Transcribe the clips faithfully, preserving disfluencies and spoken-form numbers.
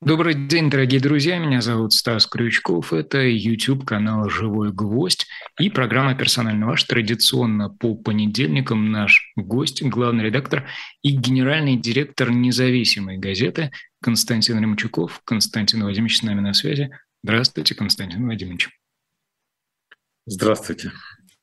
Добрый день, дорогие друзья. Меня зовут Стас Крючков. Это YouTube-канал «Живой гвоздь» и программа «Персонально ваш». Традиционно по понедельникам наш гость, главный редактор и генеральный директор независимой газеты Константин Ремчуков. Константин Владимирович с нами на связи. Здравствуйте, Константин Владимирович. Здравствуйте.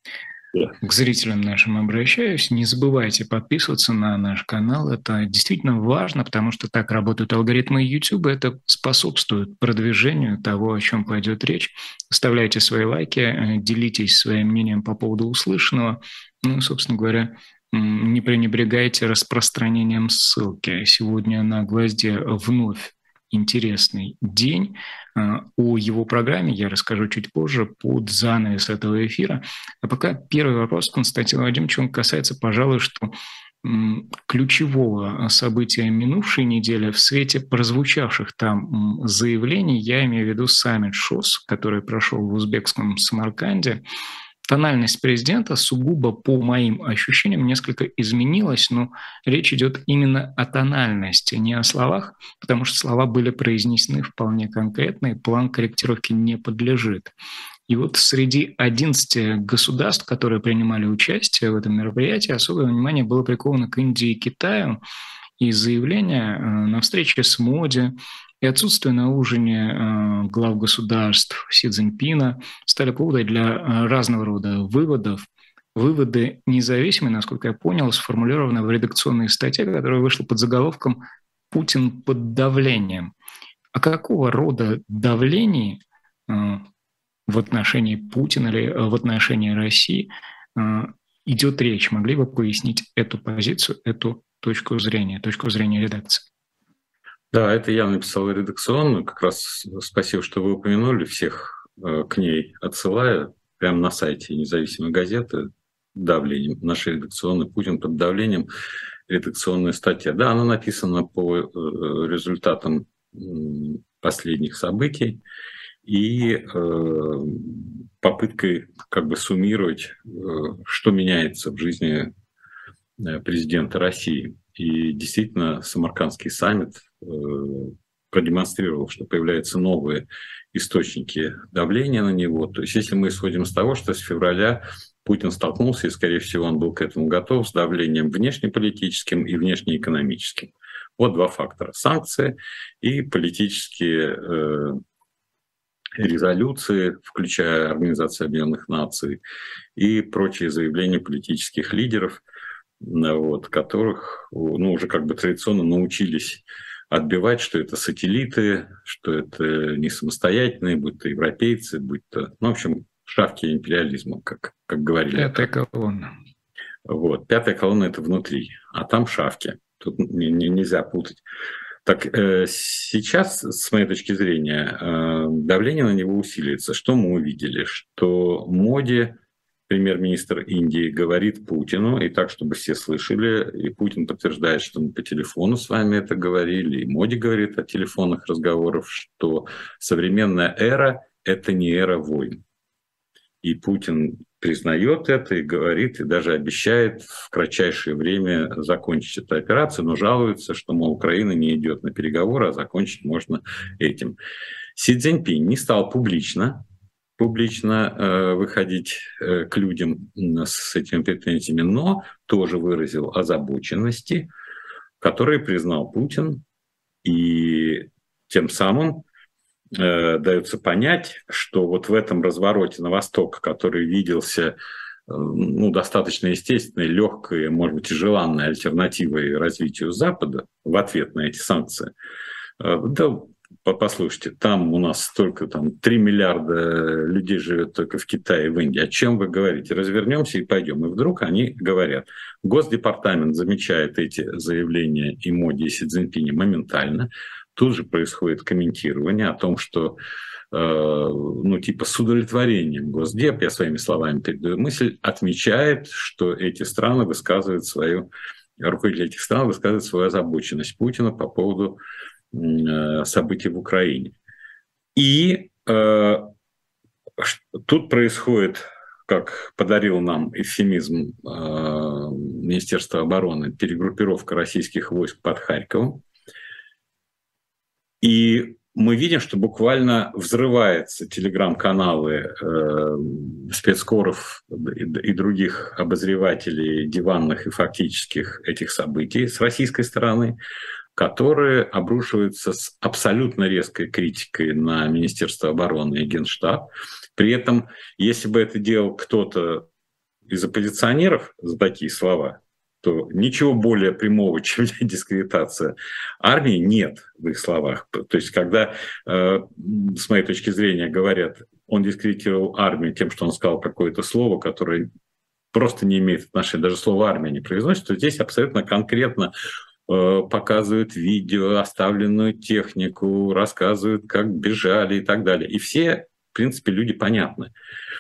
К зрителям нашим обращаюсь. Не забывайте подписываться на наш канал. Это действительно важно, потому что так работают алгоритмы YouTube. Это способствует продвижению того, о чем пойдет речь. Оставляйте свои лайки, делитесь своим мнением по поводу услышанного. Ну, собственно говоря, не пренебрегайте распространением ссылки. Сегодня на «Гвозде» вновь интересный день. О его программе я расскажу чуть позже, под занавес этого эфира. А пока первый вопрос, Константин Владимирович, он касается, пожалуй, что ключевого события минувшей недели в свете прозвучавших там заявлений, я имею в виду саммит ШОС, который прошел в узбекском Самарканде. Тональность президента сугубо, по моим ощущениям, несколько изменилась, но речь идет именно о тональности, не о словах, потому что слова были произнесены вполне конкретно, и план корректировки не подлежит. И вот среди одиннадцати государств, которые принимали участие в этом мероприятии, особое внимание было приковано к Индии и Китаю, и заявления на встрече с Моди и отсутствие на ужине глав государств Си Цзиньпина стали поводом для разного рода выводов. Выводы независимые, насколько я понял, сформулированы в редакционной статье, которая вышла под заголовком «Путин под давлением». А какого рода давление в отношении Путина или в отношении России идет речь? Могли бы пояснить эту позицию, эту точку зрения, точку зрения редакции? Да, это я написал редакционную. Как раз спасибо, что вы упомянули, всех к ней отсылаю. Прямо на сайте независимой газеты давлением. Наша редакционная «Путин под давлением». Редакционная статья. Да, она написана по результатам последних событий и попыткой как бы суммировать, что меняется в жизни президента России. И действительно, Самаркандский саммит продемонстрировал, что появляются новые источники давления на него. То есть если мы исходим из того, что с февраля Путин столкнулся, и, скорее всего, он был к этому готов, с давлением внешнеполитическим и внешнеэкономическим. Вот два фактора. Санкции и политические э, резолюции, включая Организацию Объединенных Наций, и прочие заявления политических лидеров, вот, которых ну, уже как бы традиционно научились отбивать, что это сателлиты, что это не самостоятельные, будь то европейцы, будь то, ну, в общем, шавки империализма, как, как говорили. Пятая колонна. Вот, пятая колонна – это внутри, а там шавки. Тут не, не, нельзя путать. Так, э, сейчас, с моей точки зрения, э, давление на него усиливается. Что мы увидели? Что Моди, премьер-министр Индии, говорит Путину, и так, чтобы все слышали, и Путин подтверждает, что мы по телефону с вами это говорили, и Моди говорит о телефонных разговорах, что современная эра – это не эра войн. И Путин признает это и говорит, и даже обещает в кратчайшее время закончить эту операцию, но жалуется, что, мол, Украина не идет на переговоры, а закончить можно этим. Си Цзиньпин не стал публично публично э, выходить э, к людям с этими претензиями, но тоже выразил озабоченности, которые признал Путин, и тем самым э, дается понять, что вот в этом развороте на восток, который виделся э, ну, достаточно естественной, легкой, может быть, и желанной альтернативой развитию Запада в ответ на эти санкции, э, да, послушайте, там у нас столько, там, три миллиарда людей живет только в Китае и в Индии. О чем вы говорите? Развернемся и пойдем. И вдруг они говорят. Госдепартамент замечает эти заявления и Моди, и Си Цзиньпиня моментально. Тут же происходит комментирование о том, что э, ну, типа с удовлетворением Госдеп, я своими словами передаю мысль, отмечает, что эти страны высказывают свою, руководители этих стран высказывают свою озабоченность Путина по поводу событий в Украине. И э, тут происходит, как подарил нам эвфемизм э, Министерства обороны, перегруппировка российских войск под Харьковом. И мы видим, что буквально взрываются телеграм-каналы э, спецкоров и, и других обозревателей диванных и фактических этих событий с российской стороны, которые обрушиваются с абсолютно резкой критикой на Министерство обороны и Генштаб. При этом, если бы это делал кто-то из оппозиционеров за такие слова, то ничего более прямого, чем дискредитация армии, нет в их словах. То есть, когда, э, с моей точки зрения, говорят, он дискредитировал армию тем, что он сказал какое-то слово, которое просто не имеет отношения, даже слово «армия» не произносит, то здесь абсолютно конкретно э, показывают видео, оставленную технику, рассказывают, как бежали и так далее. И все, в принципе, люди понятны.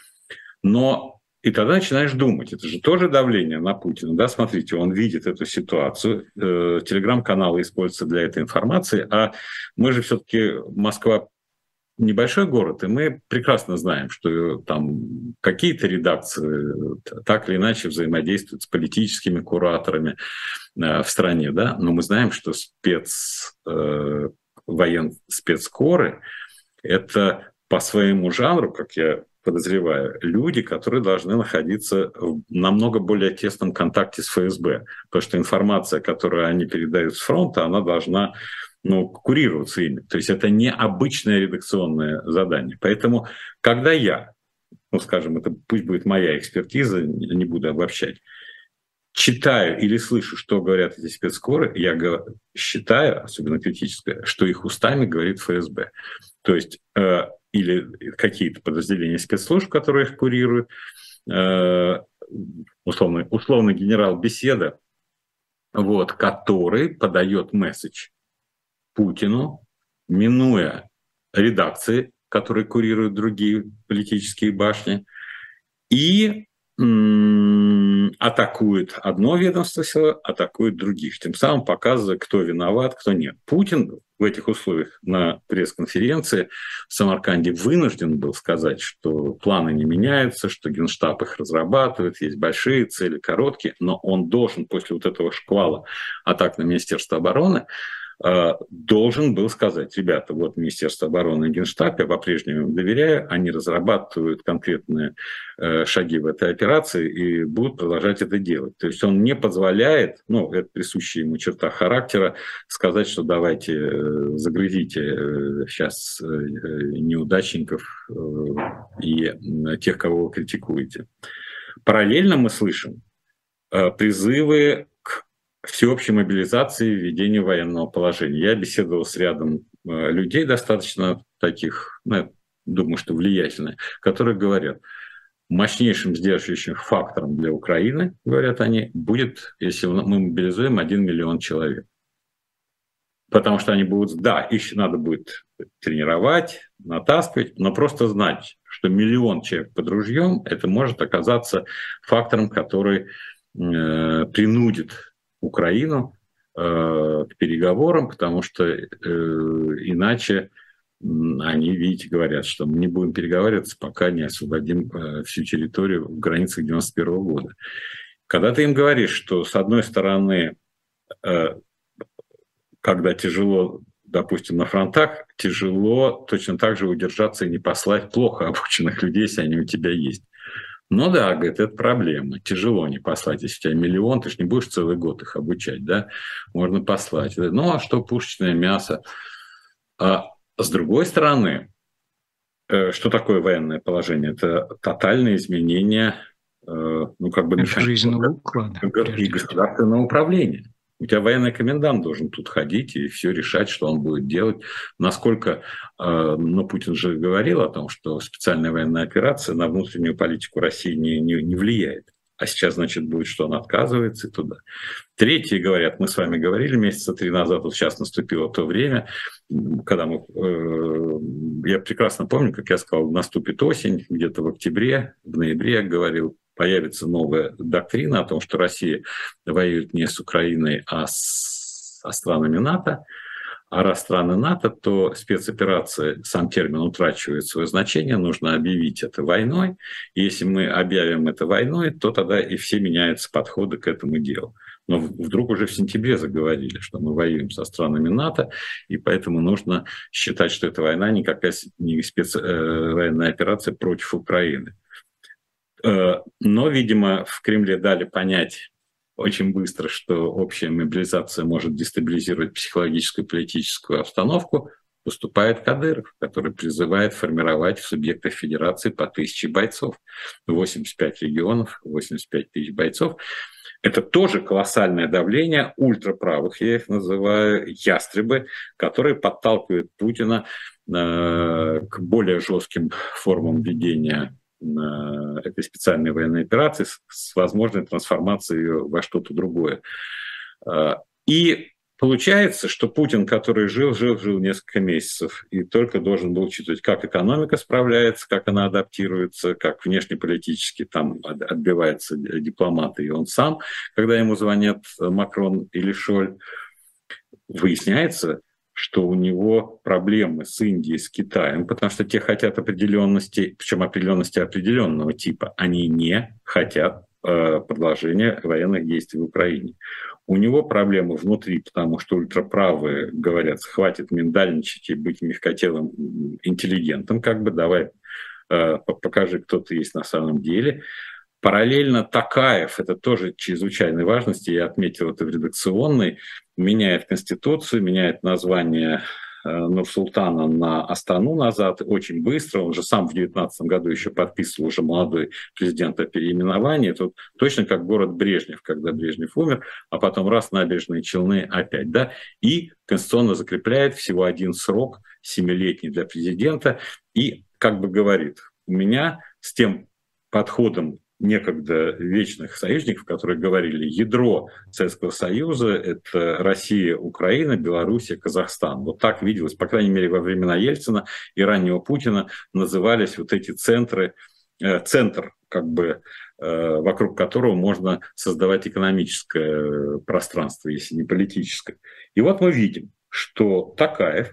Но и тогда начинаешь думать, это же тоже давление на Путина, да, смотрите, он видит эту ситуацию, э, телеграм-каналы используются для этой информации, а мы же все-таки, Москва небольшой город, и мы прекрасно знаем, что там какие-то редакции так или иначе взаимодействуют с политическими кураторами э, в стране, да, но мы знаем, что спец, э, воен, спецкоры – это по своему жанру, как я подозреваю, люди, которые должны находиться в намного более тесном контакте с ФСБ, потому что информация, которую они передают с фронта, она должна, ну, курироваться ими. То есть это не обычное редакционное задание. Поэтому, когда я, ну, скажем, это пусть будет моя экспертиза, не буду обобщать, читаю или слышу, что говорят эти спецкоры, я считаю, особенно критическое, что их устами говорит ФСБ. То есть э, или какие-то подразделения спецслужб, которые их курируют, э, условно, условно генерал Беседа, вот, который подает месседж Путину, минуя редакции, которые курируют другие политические башни, и м- атакует одно ведомство, атакует других, тем самым показывая, кто виноват, кто нет. Путин в этих условиях на пресс-конференции в Самарканде вынужден был сказать, что планы не меняются, что Генштаб их разрабатывает, есть большие цели, короткие, но он должен после вот этого шквала атак на Министерство обороны должен был сказать: ребята, вот Министерство обороны и Генштаб, я по-прежнему им доверяю, они разрабатывают конкретные э, шаги в этой операции и будут продолжать это делать. То есть он не позволяет, ну, это присущая ему черта характера, сказать, что давайте э, загрузите э, сейчас э, неудачников э, и э, тех, кого вы критикуете. Параллельно мы слышим э, призывы всеобщей мобилизации, введению военного положения. Я беседовал с рядом э, людей достаточно таких, ну, думаю, что влиятельных, которые говорят, мощнейшим сдерживающим фактором для Украины, говорят они, будет, если мы мобилизуем один миллион человек. Потому что они будут, да, их надо будет тренировать, натаскивать, но просто знать, что миллион человек под ружьем, это может оказаться фактором, который э, принудит Украину э, к переговорам, потому что э, иначе э, они, видите, говорят, что мы не будем переговариваться, пока не освободим э, всю территорию в границах девяносто первого года. Когда ты им говоришь, что с одной стороны, э, когда тяжело, допустим, на фронтах, тяжело точно так же удержаться и не послать плохо обученных людей, если они у тебя есть. Ну да, говорит, это проблема. Тяжело не послать. Если у тебя миллион, ты же не будешь целый год их обучать, да? Можно послать. Ну а что пушечное мясо? А с другой стороны, что такое военное положение? Это тотальное изменение, ну как бы жизненного уклада и государственного управления. У тебя военный комендант должен тут ходить и все решать, что он будет делать. Насколько, ну, Путин же говорил о том, что специальная военная операция на внутреннюю политику России не, не, не влияет. А сейчас, значит, будет, что он отказывается и туда. Третьи говорят, мы с вами говорили месяца три назад, вот сейчас наступило то время, когда мы... Э, я прекрасно помню, как я сказал, наступит осень, где-то в октябре, в ноябре я говорил, появится новая доктрина о том, что Россия воюет не с Украиной, а с, со странами НАТО. А раз страны НАТО, то спецоперация, сам термин утрачивает свое значение, нужно объявить это войной. И если мы объявим это войной, то тогда и все меняются подходы к этому делу. Но вдруг уже в сентябре заговорили, что мы воюем со странами НАТО, и поэтому нужно считать, что эта война никакая не спецвоенная операция против Украины. Но, видимо, в Кремле дали понять очень быстро, что общая мобилизация может дестабилизировать психологическую и политическую обстановку. Выступает Кадыров, который призывает формировать в субъектах федерации по тысяче бойцов. восемьдесят пять регионов, восемьдесят пять тысяч бойцов. Это тоже колоссальное давление ультраправых, я их называю, ястребы, которые подталкивают Путина э, к более жестким формам ведения э, этой специальной военной операции с, с возможной трансформацией ее во что-то другое. Э, и получается, что Путин, который жил, жил, жил несколько месяцев, и только должен был учитывать, как экономика справляется, как она адаптируется, как внешнеполитически там отбиваются дипломаты, и он сам, когда ему звонят Макрон или Шоль, выясняется, что у него проблемы с Индией, с Китаем, потому что те хотят определенности, причем определенности определенного типа, они не хотят э, продолжения военных действий в Украине. У него проблемы внутри, потому что ультраправые говорят, хватит миндальничать и быть мягкотелым интеллигентом, как бы давай э, покажи, кто ты есть на самом деле. Параллельно Токаев, это тоже чрезвычайной важности, я отметил это в редакционной, меняет Конституцию, меняет название Нур-Султана на Астану назад очень быстро. Он же сам в девятнадцатом году еще подписывал, уже молодой президент, о переименовании. Тут точно как город Брежнев, когда Брежнев умер, а потом раз Набережные Челны опять. Да? И конституционно закрепляет всего один срок, семилетний для президента. И как бы говорит, у меня с тем подходом некогда вечных союзников, которые говорили, ядро Советского Союза – это Россия, Украина, Белоруссия, Казахстан. Вот так виделось, по крайней мере, во времена Ельцина и раннего Путина назывались вот эти центры, э, центр, как бы, э, вокруг которого можно создавать экономическое пространство, если не политическое. И вот мы видим, что Токаев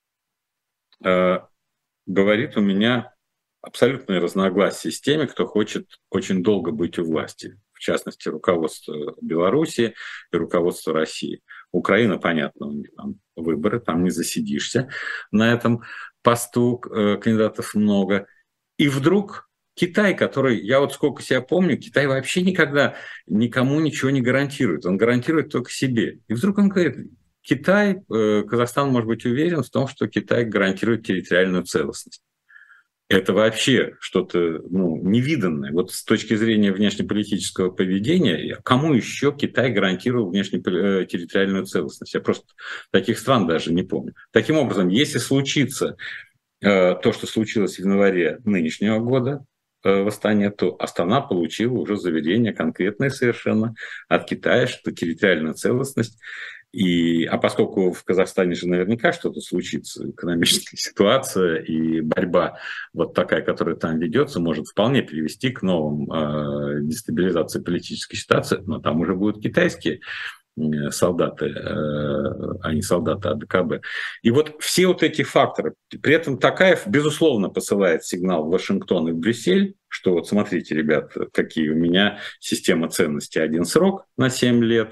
э, говорит, у меня абсолютное разногласие с теми, кто хочет очень долго быть у власти. В частности, руководство Беларуси и руководство России. Украина, понятно, у них там выборы, там не засидишься на этом посту, э, кандидатов много. И вдруг Китай, который, я вот сколько себя помню, Китай вообще никогда никому ничего не гарантирует. Он гарантирует только себе. И вдруг он говорит, Китай, э, Казахстан может быть уверен в том, что Китай гарантирует территориальную целостность. Это вообще что-то, ну, невиданное. Вот с точки зрения внешнеполитического поведения, кому еще Китай гарантировал внешнетерриториальную целостность? Я просто таких стран даже не помню. Таким образом, если случится э, то, что случилось в январе нынешнего года, э, восстание, то Астана получила уже заверение конкретное совершенно от Китая, что территориальная целостность. И, а поскольку в Казахстане же наверняка что-то случится, экономическая ситуация и борьба вот такая, которая там ведется, может вполне привести к новым э, дестабилизации политической ситуации, но там уже будут китайские солдаты, э, а не солдаты АДКБ. И вот все вот эти факторы. При этом Токаев, безусловно, посылает сигнал в Вашингтон и в Брюссель, что вот смотрите, ребят, какие у меня система ценностей, один срок на семь лет,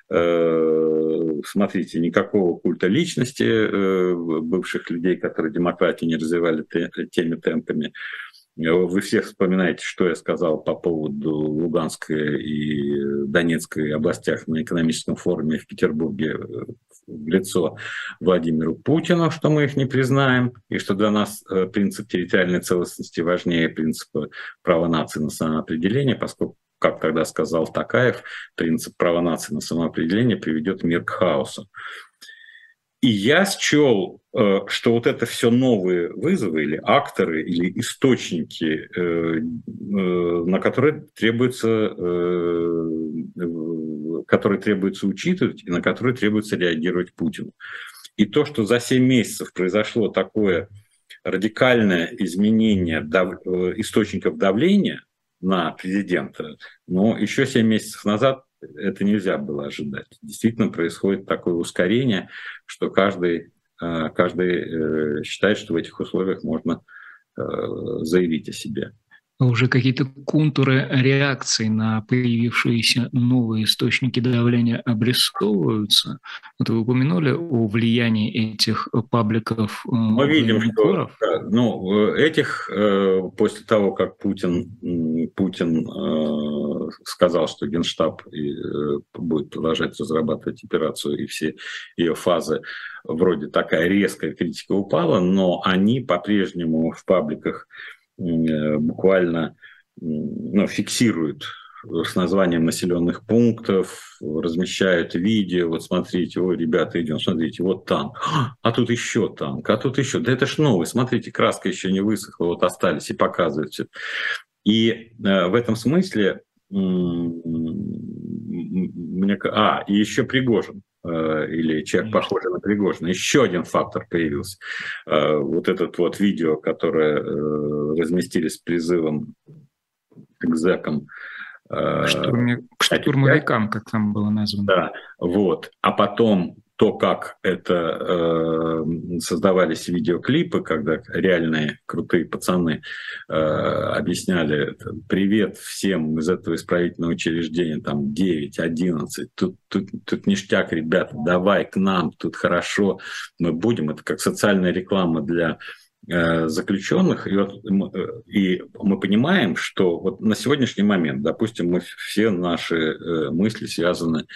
смотрите, никакого культа личности бывших людей, которые демократию не развивали теми темпами. Вы все вспоминаете, что я сказал по поводу Луганской и Донецкой областях на экономическом форуме в Петербурге в лицо Владимиру Путину, что мы их не признаем, и что для нас принцип территориальной целостности важнее принципа права нации на самоопределение, поскольку, как тогда сказал Токаев, принцип права нации на самоопределение приведет мир к хаосу. И я счел, что вот это все новые вызовы или акторы, или источники, на которые требуется, которые требуется учитывать и на которые требуется реагировать Путину. И то, что за семь месяцев произошло такое радикальное изменение дав... источников давления на президента, но еще семь месяцев назад это нельзя было ожидать. Действительно происходит такое ускорение, что каждый, каждый считает, что в этих условиях можно заявить о себе. Уже какие-то контуры реакций на появившиеся новые источники давления обрисовываются? Вот вы упомянули о влиянии этих пабликов э, Мы видим, что военкоров. да, ну, этих, э, после того, как Путин, м, Путин э, сказал, что Генштаб и, э, будет продолжать разрабатывать операцию, и все ее фазы, вроде такая резкая критика упала, но они по-прежнему в пабликах э, буквально м, ну, фиксируют с названием населенных пунктов, размещают видео, вот смотрите, ой, ребята, идем, смотрите, вот танк, а тут еще танк, а тут еще, да это ж новый, смотрите, краска еще не высохла, вот остались, и показывают все. И э, в этом смысле, м- мне, а, и еще Пригожин, э, или человек, Конечно. похожий на Пригожина, еще один фактор появился. Э, вот этот вот видео, которое э, разместили с призывом к зэкам, К, э, штурме, к штурмовикам, как там было названо. да, вот. А потом то, как это э, создавались видеоклипы, когда реальные крутые пацаны э, объясняли: привет всем из этого исправительного учреждения, там девять, одиннадцать, тут, тут, тут ништяк, ребята, давай к нам, тут хорошо, мы будем. Это как социальная реклама для заключенных, и, вот, и мы понимаем, что вот на сегодняшний момент, допустим, мы все наши мысли связаны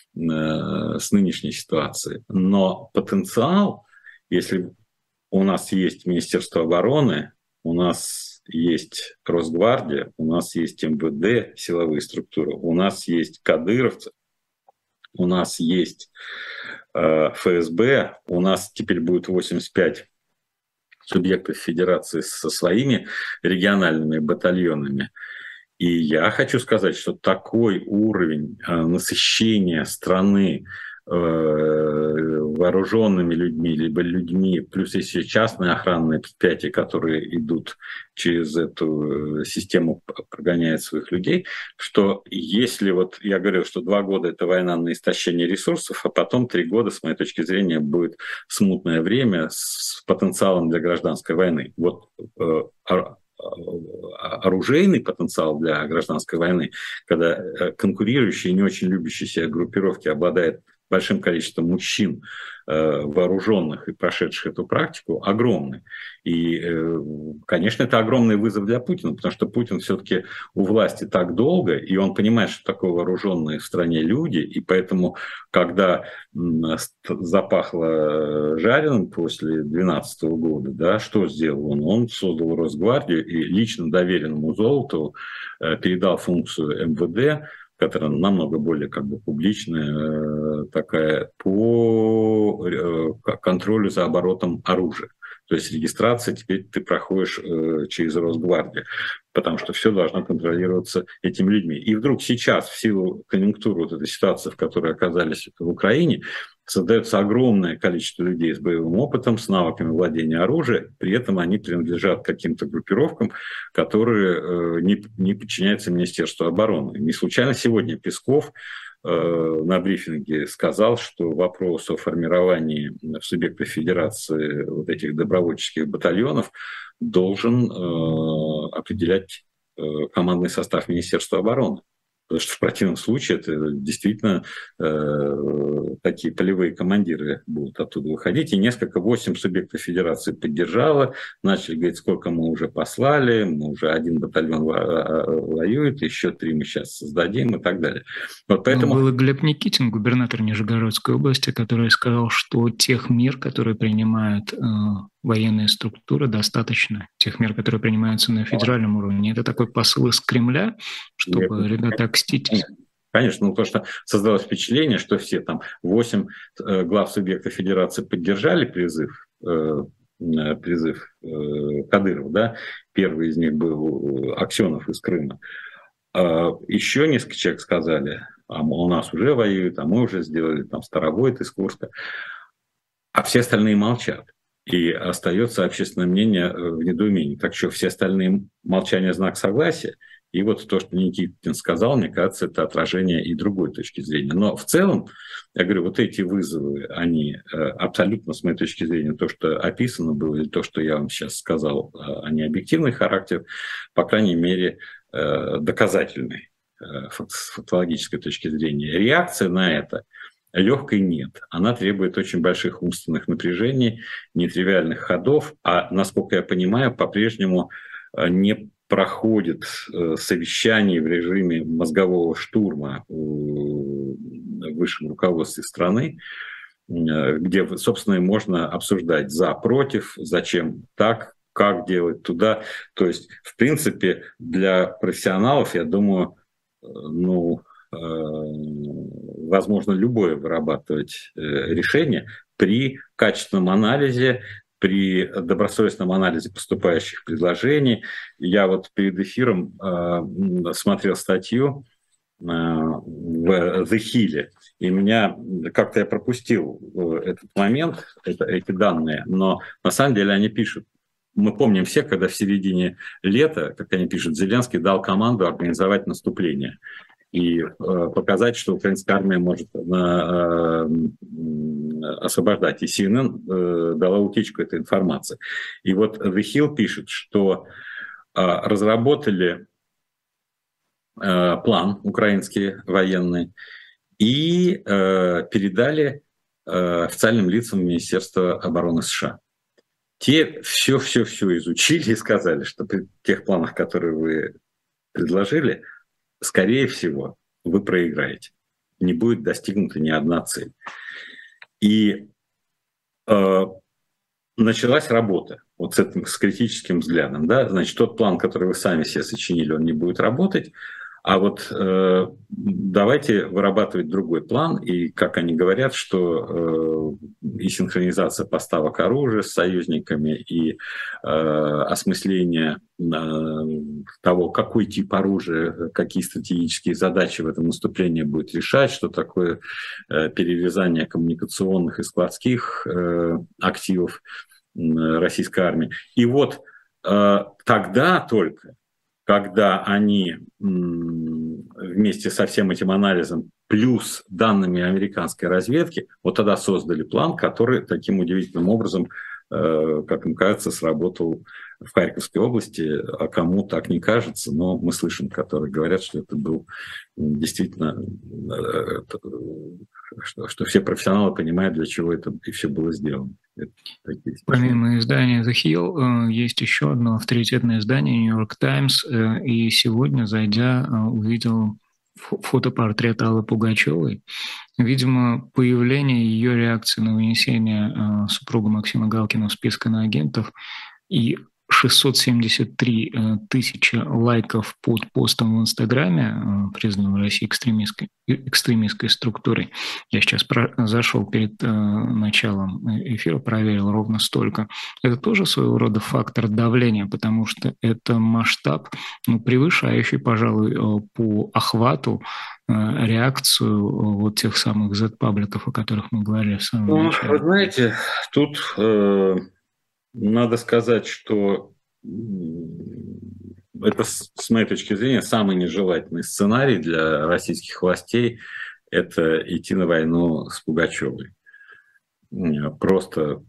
с нынешней ситуацией, но потенциал, если у нас есть Министерство обороны, у нас есть Росгвардия, у нас есть эм вэ дэ, силовые структуры, у нас есть кадыровцы, у нас есть эф эс бэ, у нас теперь будет восемьдесят пять субъектов федерации со своими региональными батальонами. И я хочу сказать, что такой уровень насыщения страны вооруженными людьми, либо людьми, плюс есть частные охранные предприятия, которые идут через эту систему, прогоняют своих людей, что если вот я говорил, что два года это война на истощение ресурсов, а потом три года, с моей точки зрения, будет смутное время с потенциалом для гражданской войны. Вот оружейный потенциал для гражданской войны, когда конкурирующие, не очень любящие себя группировки обладают большим количеством мужчин, вооруженных и прошедших эту практику, огромный. И, конечно, это огромный вызов для Путина, потому что Путин все-таки у власти так долго, и он понимает, что такое вооруженные в стране люди, и поэтому, когда запахло жареным после две тысячи двенадцатого года, да, что сделал он? Он создал Росгвардию и лично доверенному Золотову передал функцию эм вэ дэ, которая намного более как бы публичная, такая, по контролю за оборотом оружия. То есть регистрация теперь ты проходишь через Росгвардию, потому что все должно контролироваться этими людьми. И вдруг сейчас, в силу конъюнктуры вот этой ситуации, в которой оказались в Украине, создается огромное количество людей с боевым опытом, с навыками владения оружием, при этом они принадлежат каким-то группировкам, которые не, не подчиняются Министерству обороны. Не случайно сегодня Песков на брифинге сказал, что вопрос о формировании в субъектах федерации вот этих добровольческих батальонов должен определять командный состав Министерства обороны. Потому что в противном случае это действительно э, такие полевые командиры будут оттуда выходить. И несколько, восемь субъектов федерации поддержало, начали говорить, сколько мы уже послали, мы уже один батальон воюет, еще три мы сейчас создадим и так далее. Вот поэтому... Ну, был и Глеб Никитин, губернатор Нижегородской области, который сказал, что тех мер, которые принимают э, военные структуры, достаточно. Тех мер, которые принимаются на федеральном уровне. Это такой посыл из Кремля, чтобы Нет, ребята окститесь. Конечно, ну, потому что создалось впечатление, что все там восемь э, глав субъектов федерации поддержали призыв, э, призыв э, Кадырова, да, первый из них был Аксенов из Крыма. Э, еще несколько человек сказали, а у нас уже воюют, а мы уже сделали там Старовойт из Курска, а все остальные молчат. И остается общественное мнение в недоумении. Так что все остальные молчание знак согласия, И вот то, что Никитин сказал, мне кажется, это отражение и другой точки зрения. Но в целом, я говорю, вот эти вызовы, они абсолютно, с моей точки зрения, то, что описано было, или то, что я вам сейчас сказал, они объективный характер, по крайней мере, доказательный с фактологической точки зрения. Реакция на это легкой нет. Она требует очень больших умственных напряжений, нетривиальных ходов, а, насколько я понимаю, по-прежнему не проходит совещаний в режиме мозгового штурма в высшем руководстве страны, где, собственно, можно обсуждать за, против, зачем так, как делать туда. То есть, в принципе, для профессионалов, я думаю, ну, возможно любое вырабатывать решение при качественном анализе, при добросовестном анализе поступающих предложений. Я вот перед эфиром смотрел статью в The Hill, и меня как-то я пропустил этот момент, это, эти данные, но на самом деле они пишут. Мы помним все, когда в середине лета, как они пишут, Зеленский дал команду организовать наступление и э, показать, что украинская армия может э, э, освобождать. И си эн эн э, дала утечку этой информации. И вот The Hill пишет, что э, разработали э, план украинские военные и э, передали э, официальным лицам Министерства обороны США. Те все-все-все изучили и сказали, что при тех планах, которые вы предложили, скорее всего, вы проиграете. Не будет достигнута ни одна цель. И э, началась работа вот с этим с критическим взглядом. Да? Значит, тот план, который вы сами себе сочинили, он не будет работать. А вот э, давайте вырабатывать другой план. И, как они говорят, что э, и синхронизация поставок оружия с союзниками, и э, осмысление э, того, какой тип оружия, какие стратегические задачи в этом наступлении будет решать, что такое э, перевязание коммуникационных и складских э, активов э, российской армии. И вот э, тогда только, когда они вместе со всем этим анализом плюс данными американской разведки, вот тогда создали план, который таким удивительным образом, как им кажется, сработал в Харьковской области, а кому так не кажется, но мы слышим, которые говорят, что это был действительно, что, что все профессионалы понимают, для чего это и все было сделано. Помимо издания The Hill, есть еще одно авторитетное издание, New York Times, и сегодня, зайдя, увидел фотопортрет Аллы Пугачевой. Видимо, появление ее реакции на вынесение супруга Максима Галкина в список иноагентов и шестьсот семьдесят три тысячи лайков под постом в Инстаграме, признанном в России экстремистской, экстремистской структурой. Я сейчас про, зашел перед э, началом эфира, проверил ровно столько. Это тоже своего рода фактор давления, потому что это масштаб, ну, превышающий, пожалуй, по охвату э, реакцию вот тех самых зет-пабликов, о которых мы говорили в самом ну, начале. Вы знаете, тут... Э... Надо сказать, что это, с моей точки зрения, самый нежелательный сценарий для российских властей – это идти на войну с Пугачевой. Просто,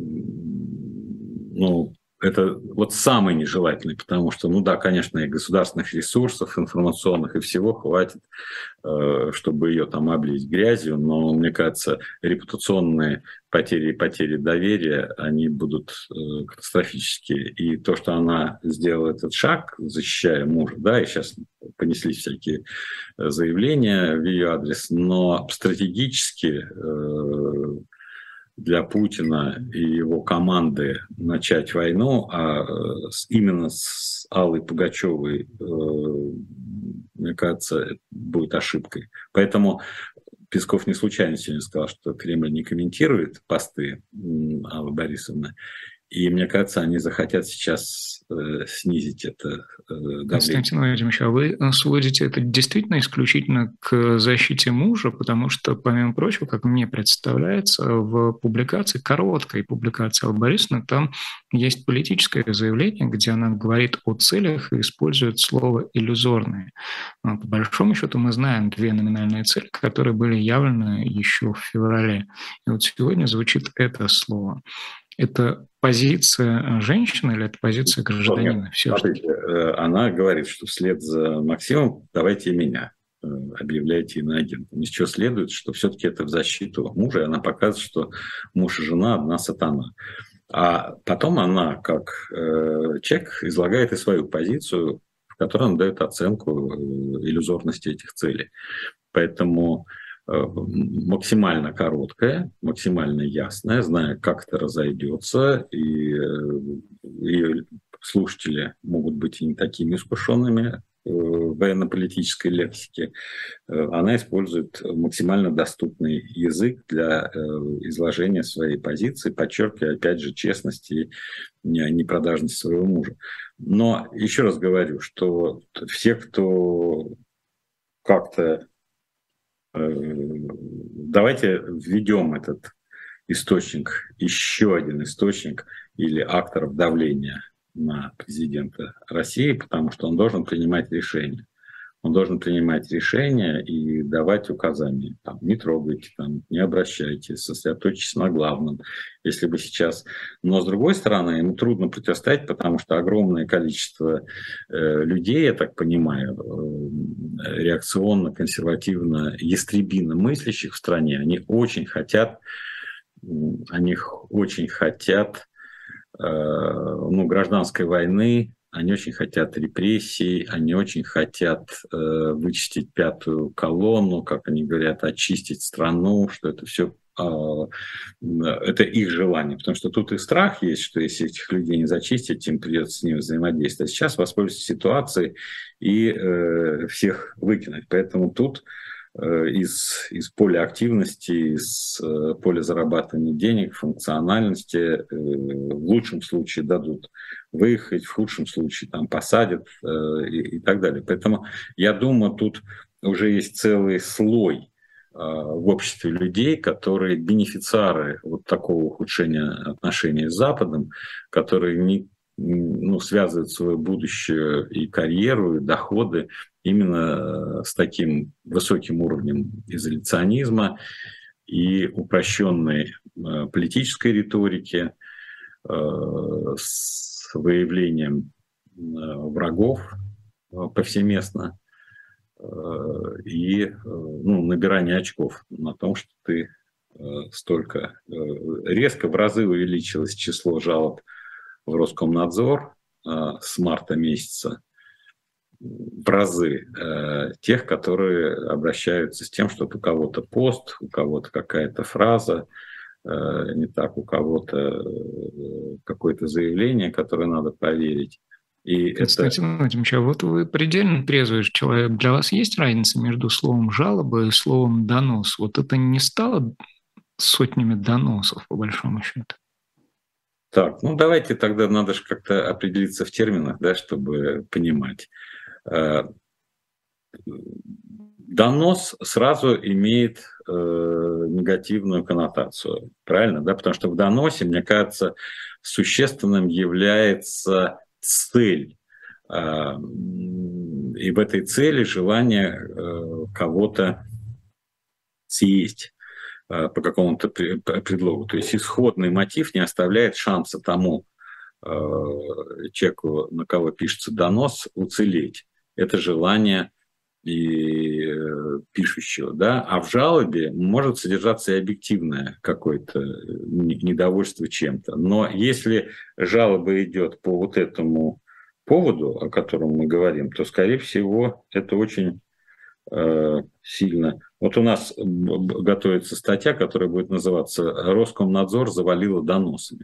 ну, это вот самый нежелательный, потому что, ну да, конечно, и государственных ресурсов, информационных и всего хватит, чтобы ее там облить грязью, но, мне кажется, репутационные потери и потери доверия, они будут катастрофические. И то, что она сделала этот шаг, защищая мужа, да, и сейчас понеслись всякие заявления в ее адрес, но стратегически для Путина и его команды начать войну, а именно с Аллой Пугачевой, мне кажется, будет ошибкой. Поэтому Песков не случайно сегодня сказал, что Кремль не комментирует посты Аллы Борисовны. И мне кажется, они захотят сейчас э, снизить это э, давление. Константин Владимирович, а вы сводите это действительно исключительно к защите мужа, потому что, помимо прочего, как мне представляется, в публикации, короткой публикации Аллы Борисовны, там есть политическое заявление, где она говорит о целях и использует слово «иллюзорные». По большому счету мы знаем две номинальные цели, которые были явлены еще в феврале. И вот сегодня звучит это слово. Это позиция женщины или это позиция гражданина? Все Смотрите, она говорит, что вслед за Максимом давайте и меня объявляйте иноагентом. Из чего следует, что все-таки это в защиту мужа, и она показывает, что муж и жена одна сатана. А потом она, как э, человек, излагает и свою позицию, в которой она дает оценку иллюзорности этих целей. Поэтому максимально короткая, максимально ясная, зная, как это разойдется, и, и слушатели могут быть и не такими искушенными в военно-политической лексике. Она использует максимально доступный язык для изложения своей позиции, подчеркивая, опять же, честность и непродажность своего мужа. Но еще раз говорю, что все, кто как-то давайте введем этот источник, еще один источник или акторов давления на президента России, потому что он должен принимать решения. Он должен принимать решения и давать указания. Там, не трогайте, там, не обращайтесь, сосредоточьтесь на главном. Если бы сейчас... Но, с другой стороны, ему трудно противостоять, потому что огромное количество э, людей, я так понимаю, э, реакционно, консервативно, ястребинно мыслящих в стране, они очень хотят, они очень хотят э, ну, гражданской войны, они очень хотят репрессий, они очень хотят э, вычистить пятую колонну, как они говорят, очистить страну, что это все э, это их желание. Потому что тут и страх есть, что если этих людей не зачистить, им придется с ними взаимодействовать. А сейчас воспользоваться ситуацией и э, всех выкинуть. Поэтому тут э, из, из поля активности, из э, поля зарабатывания денег, функциональности э, в лучшем случае дадут выехать, в худшем случае там посадят э, и, и так далее. Поэтому я думаю, тут уже есть целый слой э, в обществе людей, которые бенефициары вот такого ухудшения отношений с Западом, которые не, ну, связывают свое будущее и карьеру, и доходы именно с таким высоким уровнем изоляционизма и упрощенной э, политической риторики, э, с выявлением врагов повсеместно и ну, набирание очков на том, что ты столько резко в разы увеличилось число жалоб в Роскомнадзор с марта месяца, в разы тех, которые обращаются с тем, что у кого-то пост, у кого-то какая-то фраза, не так, у кого-то какое-то заявление, которое надо проверить. И Константин это... Владимирович, а вот вы предельно трезвый человек. Для вас есть разница между словом «жалоба» и словом «донос»? Вот это не стало сотнями доносов, по большому счету? Так, ну давайте тогда надо же как-то определиться в терминах, да, чтобы понимать. Донос сразу имеет э, негативную коннотацию, правильно, да? Потому что в доносе, мне кажется, существенным является цель. Э, и в этой цели желание э, кого-то съесть э, по какому-то предлогу. То есть исходный мотив не оставляет шанса тому э, человеку, на кого пишется донос, уцелеть. Это желание и пишущего, да, а в жалобе может содержаться и объективное какое-то недовольство чем-то. Но если жалоба идет по вот этому поводу, о котором мы говорим, то, скорее всего, это очень э, сильно... Вот у нас готовится статья, которая будет называться «Роскомнадзор завалило доносами».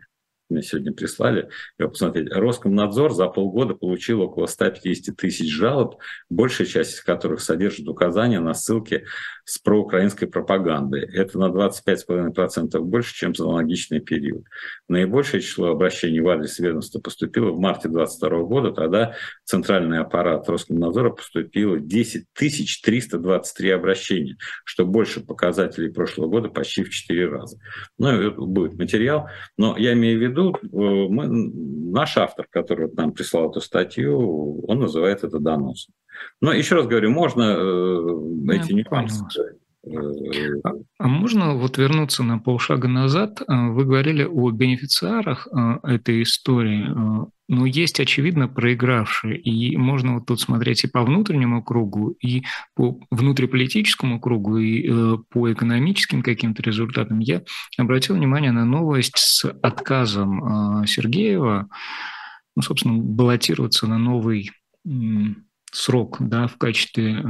мне сегодня прислали, я посмотреть. Роскомнадзор за полгода получил около ста пятидесяти тысяч жалоб, большая часть из которых содержит указания на ссылки с проукраинской пропагандой. Это на двадцать пять целых пять десятых процента больше, чем за аналогичный период. Наибольшее число обращений в адрес ведомства поступило в марте две тысячи двадцать второго года, тогда в центральный аппарат Роскомнадзора поступило десять тысяч триста двадцать три обращения, что больше показателей прошлого года почти в четыре раза. Ну, и будет материал, но я имею в виду, мы, наш автор, который нам прислал эту статью, он называет это доносом. Но еще раз говорю, можно э, эти нюансы... А, а можно вот вернуться на полшага назад? Вы говорили о бенефициарах этой истории, но есть, очевидно, проигравшие. И можно вот тут смотреть и по внутреннему кругу, и по внутриполитическому кругу, и по экономическим каким-то результатам. Я обратил внимание на новость с отказом Сергеева, ну, собственно, баллотироваться на новый срок, да, в качестве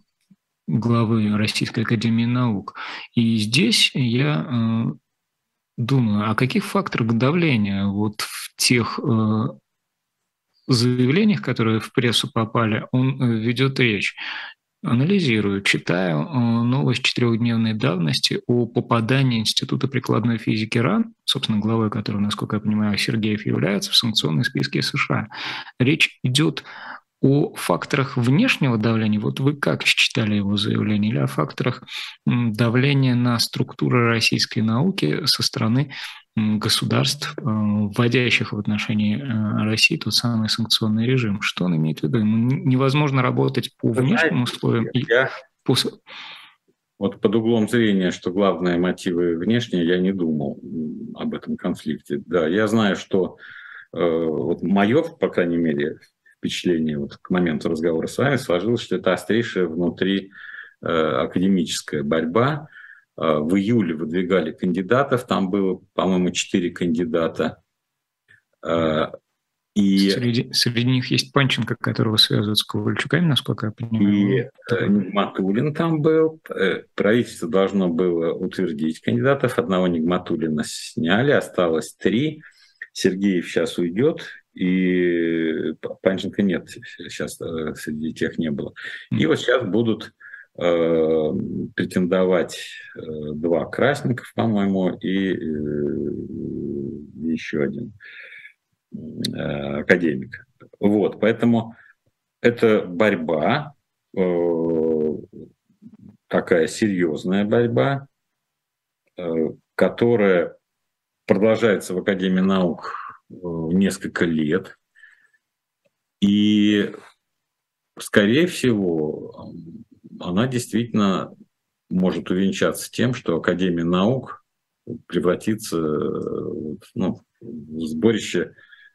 главы Российской академии наук. И здесь я э, думаю, о каких факторах давления вот в тех э, заявлениях, которые в прессу попали, он э, ведет речь. Анализирую, читаю э, новость четырехдневной давности о попадании Института прикладной физики РАН, собственно, главой которого, насколько я понимаю, Сергеев является, в санкционные списки США. Речь идет о факторах внешнего давления, вот вы как считали его заявление, или о факторах давления на структуры российской науки со стороны государств, вводящих в отношении России тот самый санкционный режим? Что он имеет в виду? Ему невозможно работать по внешним условиям и я... по... Вот под углом зрения, что главные мотивы внешние, я не думал об этом конфликте. Да, я знаю, что э, вот мое, по крайней мере, впечатление вот к моменту разговора с вами сложилось, что это острейшая внутри э, академическая борьба. Э, в июле выдвигали кандидатов, там было, по-моему, четыре кандидата. Э, и среди, среди них есть Панченко, которого связывают с Ковальчуками, насколько я понимаю. И э, Нигматуллин там был. Правительство должно было утвердить кандидатов. Одного Нигматуллина сняли, осталось три. Сергеев сейчас уйдет, и Панченко нет, сейчас среди тех не было. И вот сейчас будут э, претендовать э, два Красников, по-моему, и э, еще один э, академик. Вот, поэтому это борьба, э, такая серьезная борьба, э, которая продолжается в Академии наук несколько лет. И, скорее всего, она действительно может увенчаться тем, что Академия наук превратится, ну, в сборище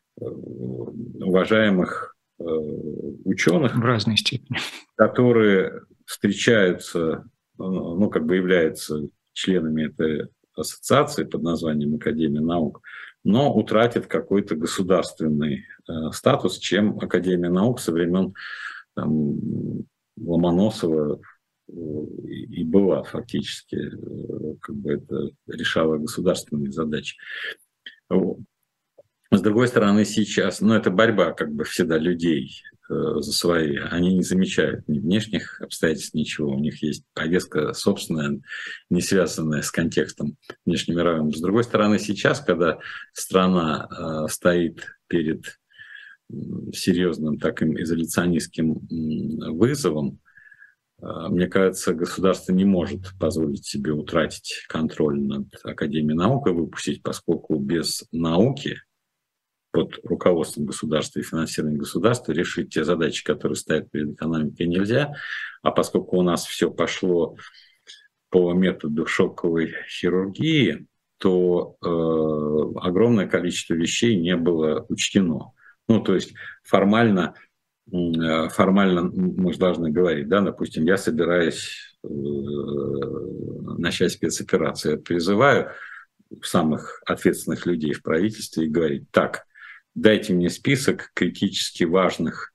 уважаемых ученых, в разной степени, которые встречаются, ну, как бы являются членами этой ассоциации под названием Академия наук, но утратит какой-то государственный э, статус, чем Академия наук со времен там, Ломоносова э, и была фактически, э, как бы это решала государственные задачи. Вот. С другой стороны, сейчас, ну, это борьба как бы всегда людей за свои, они не замечают ни внешних обстоятельств, ничего. У них есть повестка собственная, не связанная с контекстом внешнемировым. С другой стороны, сейчас, когда страна э, стоит перед серьезным таким изоляционистским вызовом, э, мне кажется, государство не может позволить себе утратить контроль над Академией наук и выпустить, поскольку без науки под руководством государства и финансированием государства решить те задачи, которые стоят перед экономикой, нельзя. А поскольку у нас все пошло по методу шоковой хирургии, то э, огромное количество вещей не было учтено. Ну, то есть формально, э, формально мы же должны говорить, да, допустим, я собираюсь э, начать спецоперацию, я призываю самых ответственных людей в правительстве и говорить: так, дайте мне список критически важных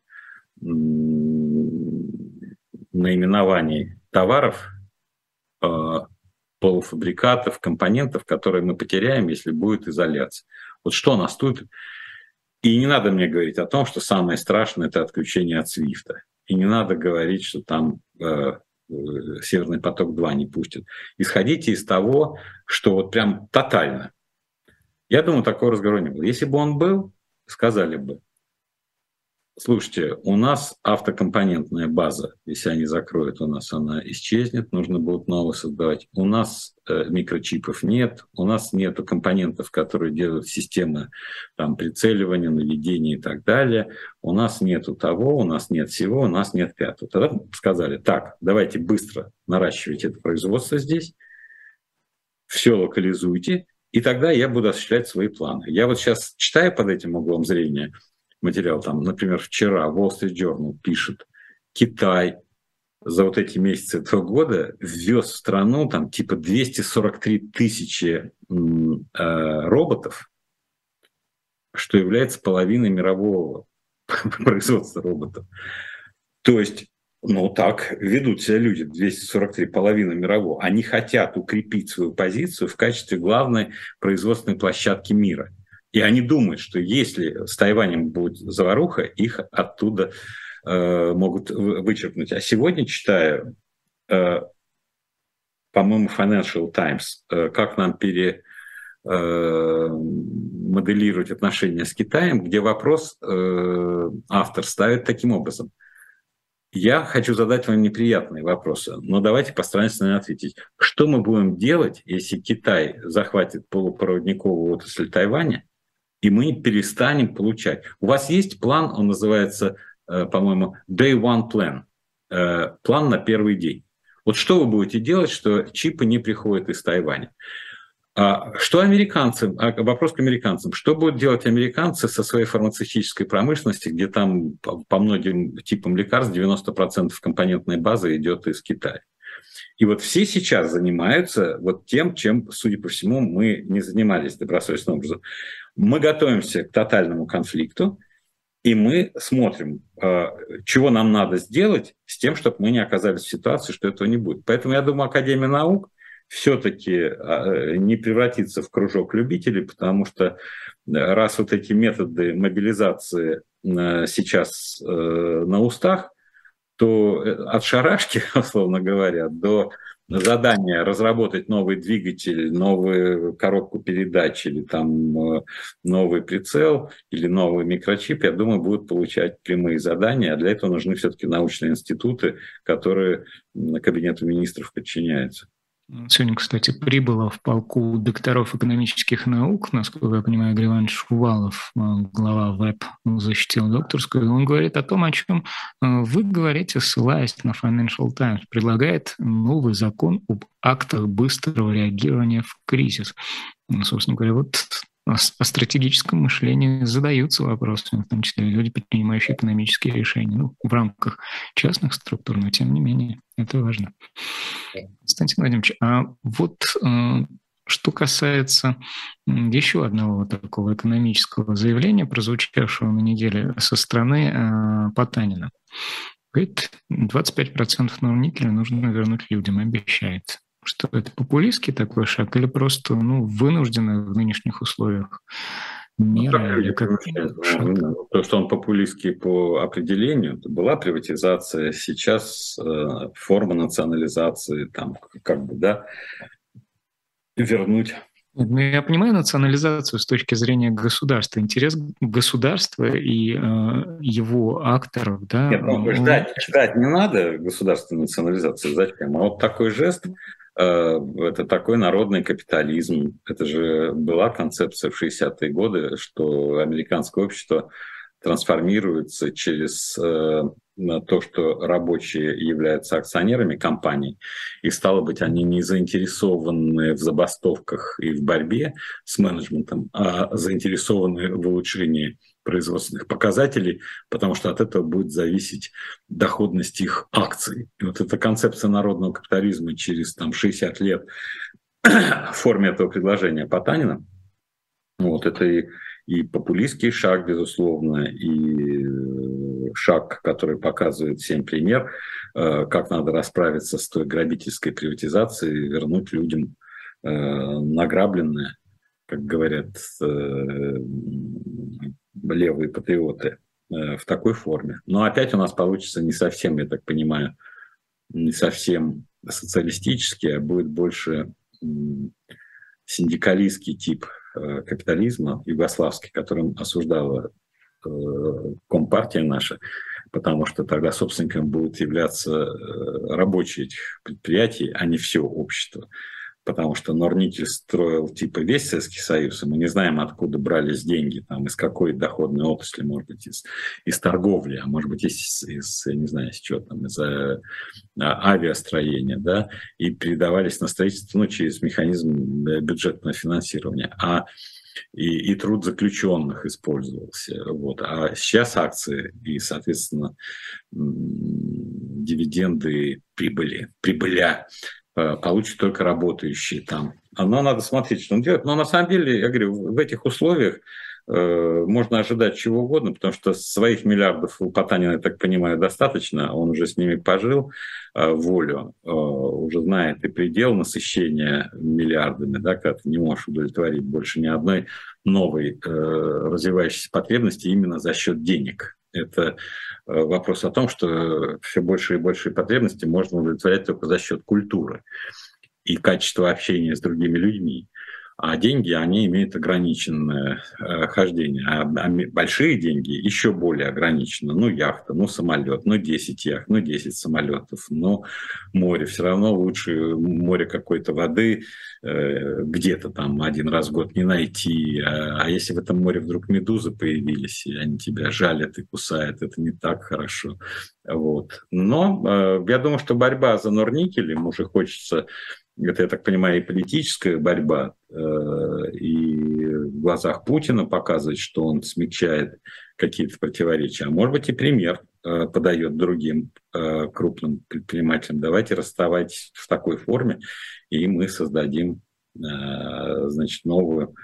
наименований товаров, полуфабрикатов, компонентов, которые мы потеряем, если будет изоляция. Вот что наступит? И не надо мне говорить о том, что самое страшное – это отключение от свифта. И не надо говорить, что там э, Северный поток-два не пустят. Исходите из того, что вот прям тотально. Я думаю, такого разговора не было. Если бы он был, сказали бы: слушайте, у нас автокомпонентная база, если они закроют, у нас она исчезнет, нужно будет новую создавать. У нас э, микрочипов нет, у нас нет компонентов, которые делают системы там, прицеливания, наведения и так далее. У нас нету того, у нас нет всего, у нас нет пятого. Тогда сказали: так, давайте быстро наращивать это производство здесь, все локализуйте, и тогда я буду осуществлять свои планы. Я вот сейчас читаю под этим углом зрения материал, там, например, вчера Wall Street Journal пишет: Китай за вот эти месяцы этого года ввез в страну там типа двести сорок три тысячи э, роботов, что является половиной мирового производства роботов. То есть, ну так ведут себя люди, двести сорок три, половина мирового. Они хотят укрепить свою позицию в качестве главной производственной площадки мира. И они думают, что если с Тайванем будет заваруха, их оттуда э, могут вычеркнуть. А сегодня читаю, э, по-моему, Financial Times, э, как нам пере, э, моделировать отношения с Китаем, где вопрос э, автор ставит таким образом: я хочу задать вам неприятные вопросы, но давайте постараемся на них ответить. Что мы будем делать, если Китай захватит полупроводниковую отрасль Тайваня, и мы перестанем получать? У вас есть план, он называется, по-моему, Day One Plan, план на первый день. Вот что вы будете делать, что чипы не приходят из Тайваня? А что американцам, вопрос к американцам, что будут делать американцы со своей фармацевтической промышленностью, где там по многим типам лекарств девяносто процентов компонентной базы идет из Китая? И вот все сейчас занимаются вот тем, чем, судя по всему, мы не занимались добросовестным образом. Мы готовимся к тотальному конфликту, и мы смотрим, чего нам надо сделать с тем, чтобы мы не оказались в ситуации, что этого не будет. Поэтому я думаю, Академия наук все-таки не превратится в кружок любителей, потому что раз вот эти методы мобилизации сейчас на устах, то от шарашки, условно говоря, до задания разработать новый двигатель, новую коробку передач или там новый прицел или новый микрочип, я думаю, будут получать прямые задания, а для этого нужны все-таки научные институты, которые Кабинету министров подчиняются. Сегодня, кстати, прибыло в полку докторов экономических наук, насколько я понимаю, Игорь Иванович Шувалов, глава ВЭП, защитил докторскую, и он говорит о том, о чем вы говорите, ссылаясь на Financial Times, предлагает новый закон об актах быстрого реагирования в кризис. Собственно говоря, вот о стратегическом мышлении задаются вопросами, в том числе люди, принимающие экономические решения, ну, в рамках частных структур, но тем не менее это важно. Константин Владимирович, а вот э, что касается еще одного вот такого экономического заявления, прозвучавшего на неделе со стороны э, Потанина. Говорит, двадцать пять процентов нового никеля нужно вернуть людям, обещает. Что это, популистский такой шаг или просто ну, вынужденный в нынешних условиях мера? Ну, как, ну, то, что он популистский по определению, это была приватизация, сейчас э, форма национализации, там, как бы, да, вернуть. Ну, я понимаю национализацию с точки зрения государства. Интерес государства и э, его акторов, да. Нет, ну, он... ждать, ждать не надо государственной национализации, зачем? А вот такой жест, э, это такой народный капитализм. Это же была концепция в шестидесятые годы, что американское общество трансформируется через э, то, что рабочие являются акционерами компаний, и, стало быть, они не заинтересованы в забастовках и в борьбе с менеджментом, а заинтересованы в улучшении производственных показателей, потому что от этого будет зависеть доходность их акций. И вот эта концепция народного капитализма через там, шестьдесят лет в форме этого предложения Потанина, вот это и И популистский шаг, безусловно, и шаг, который показывает всем пример, как надо расправиться с той грабительской приватизацией, вернуть людям награбленное, как говорят левые патриоты, в такой форме. Но опять у нас получится не совсем, я так понимаю, не совсем социалистический, а будет больше синдикалистский тип капитализма югославский, которым осуждала Компартия наша, потому что тогда собственником будут являться рабочие этих предприятий, а не все общество. Потому что Норникель строил типа весь Советский Союз, и мы не знаем, откуда брались деньги, там, из какой доходной отрасли, может быть, из, из торговли, а может быть, из, из я не знаю, из чего там, из а, авиастроения, да, и передавались на строительство, ну, через механизм бюджетного финансирования. А И, и труд заключенных использовался. Вот. А сейчас акции и, соответственно, дивиденды прибыли, прибыля получат только работающие там. Но надо смотреть, что он делает. Но на самом деле, я говорю, в этих условиях э, можно ожидать чего угодно, потому что своих миллиардов у Потанина, я так понимаю, достаточно. Он уже с ними пожил э, волю, э, уже знает и предел насыщения миллиардами, да, когда ты не можешь удовлетворить больше ни одной новой э, развивающейся потребности именно за счет денег. Это вопрос о том, что все больше и больше потребностей можно удовлетворять только за счет культуры и качества общения с другими людьми. А деньги, они имеют ограниченное э, хождение. А, а большие деньги еще более ограничены. Ну, яхта, ну, самолет, ну, десять яхт, ну, десять самолетов, ну, море. Все равно лучше море какой-то воды э, где-то там один раз в год не найти. А, а если в этом море вдруг медузы появились, и они тебя жалят и кусают, это не так хорошо. Вот. Но э, я думаю, что борьба за Норникель, ему уже хочется... Это, я так понимаю, и политическая борьба, и в глазах Путина показывает, что он смягчает какие-то противоречия. А может быть, и пример подает другим крупным предпринимателям. Давайте расставайтесь в такой форме, и мы создадим, значит, новую,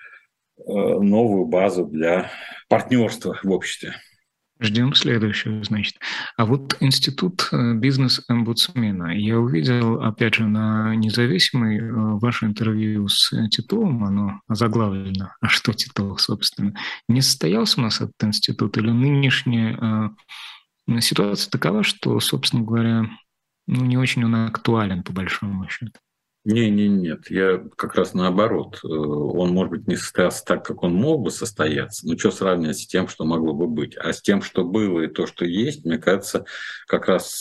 новую базу для партнерства в обществе. Ждем следующего, значит. А вот институт бизнес-омбудсмена. Я увидел, опять же, на независимой ваше интервью с Титовым, оно озаглавлено. А что Титов, собственно? Не состоялся у нас этот институт? Или нынешняя э, ситуация такова, что, собственно говоря, ну, не очень он актуален, по большому счету? Не, не, нет, я как раз наоборот. Он, может быть, не состоялся так, как он мог бы состояться, но что сравнивать с тем, что могло бы быть. А с тем, что было и то, что есть, мне кажется, как раз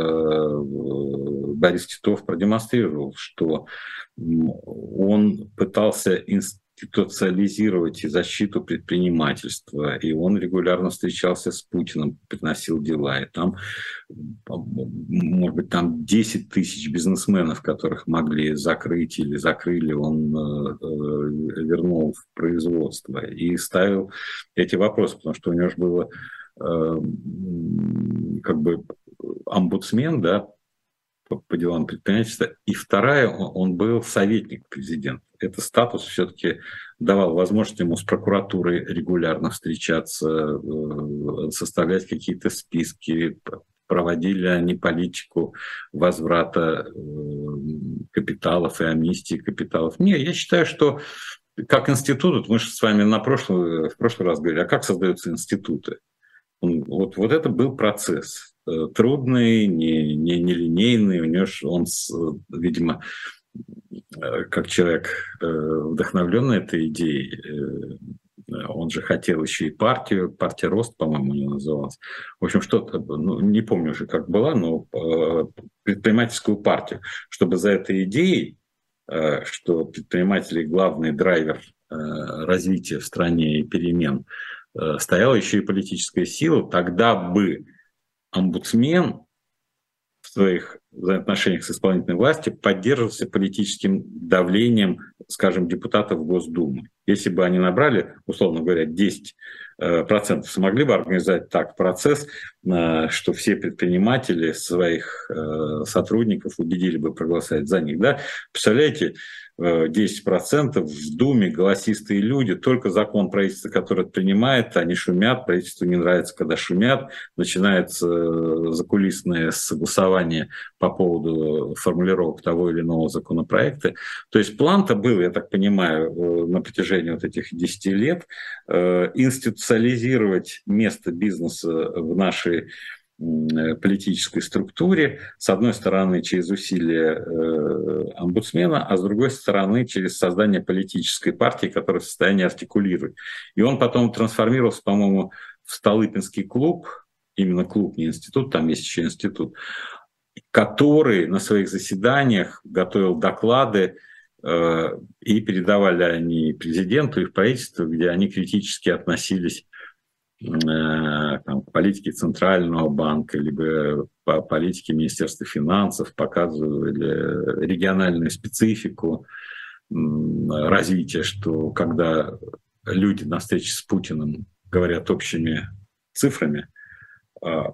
Борис Титов продемонстрировал, что он пытался институциализировать и защиту предпринимательства, и он регулярно встречался с Путиным, приносил дела, и там, может быть, там десять тысяч бизнесменов, которых могли закрыть или закрыли, он э, вернул в производство и ставил эти вопросы, потому что у него же было э, как бы омбудсмен, да, по делам предпринимательства, и вторая, он был советник президента. Этот статус все-таки давал возможность ему с прокуратурой регулярно встречаться, составлять какие-то списки, проводили они политику возврата капиталов и амнистии капиталов. Не, я считаю, что как институт, мы же с вами на прошлый, в прошлый раз говорили, а как создаются институты? Вот, вот это был процесс. Трудный, не, не, не линейный. У него он, видимо, как человек, вдохновленный этой идеей, он же хотел еще и партию, партия Рост, по-моему, ее называлась. В общем, что-то, ну, не помню уже, как была, но предпринимательскую партию, чтобы за этой идеей, что предприниматели главный драйвер развития в стране и перемен, стояла еще и политическая сила, тогда бы омбудсмен в своих взаимоотношениях с исполнительной властью поддерживался политическим давлением, скажем, депутатов Госдумы. Если бы они набрали, условно говоря, десять процентов, смогли бы организовать так процесс, что все предприниматели своих сотрудников убедили бы проголосовать за них. Да? Представляете, десять процентов в Думе голосистые люди, только закон правительства, который это принимает, они шумят, правительству не нравится, когда шумят, начинается закулисное согласование по поводу формулировок того или иного законопроекта. То есть план-то был, я так понимаю, на протяжении вот этих десяти лет институциализировать место бизнеса в нашей политической структуре, с одной стороны, через усилия э, омбудсмена, а с другой стороны, через создание политической партии, которая в состоянии артикулировать. И он потом трансформировался, по-моему, в Столыпинский клуб, именно клуб, не институт, там есть еще институт, который на своих заседаниях готовил доклады, э, и передавали они президенту и в правительство, где они критически относились там, к политике Центрального банка, либо по политике Министерства финансов, показывали региональную специфику развития, что когда люди на встрече с Путиным говорят общими цифрами, то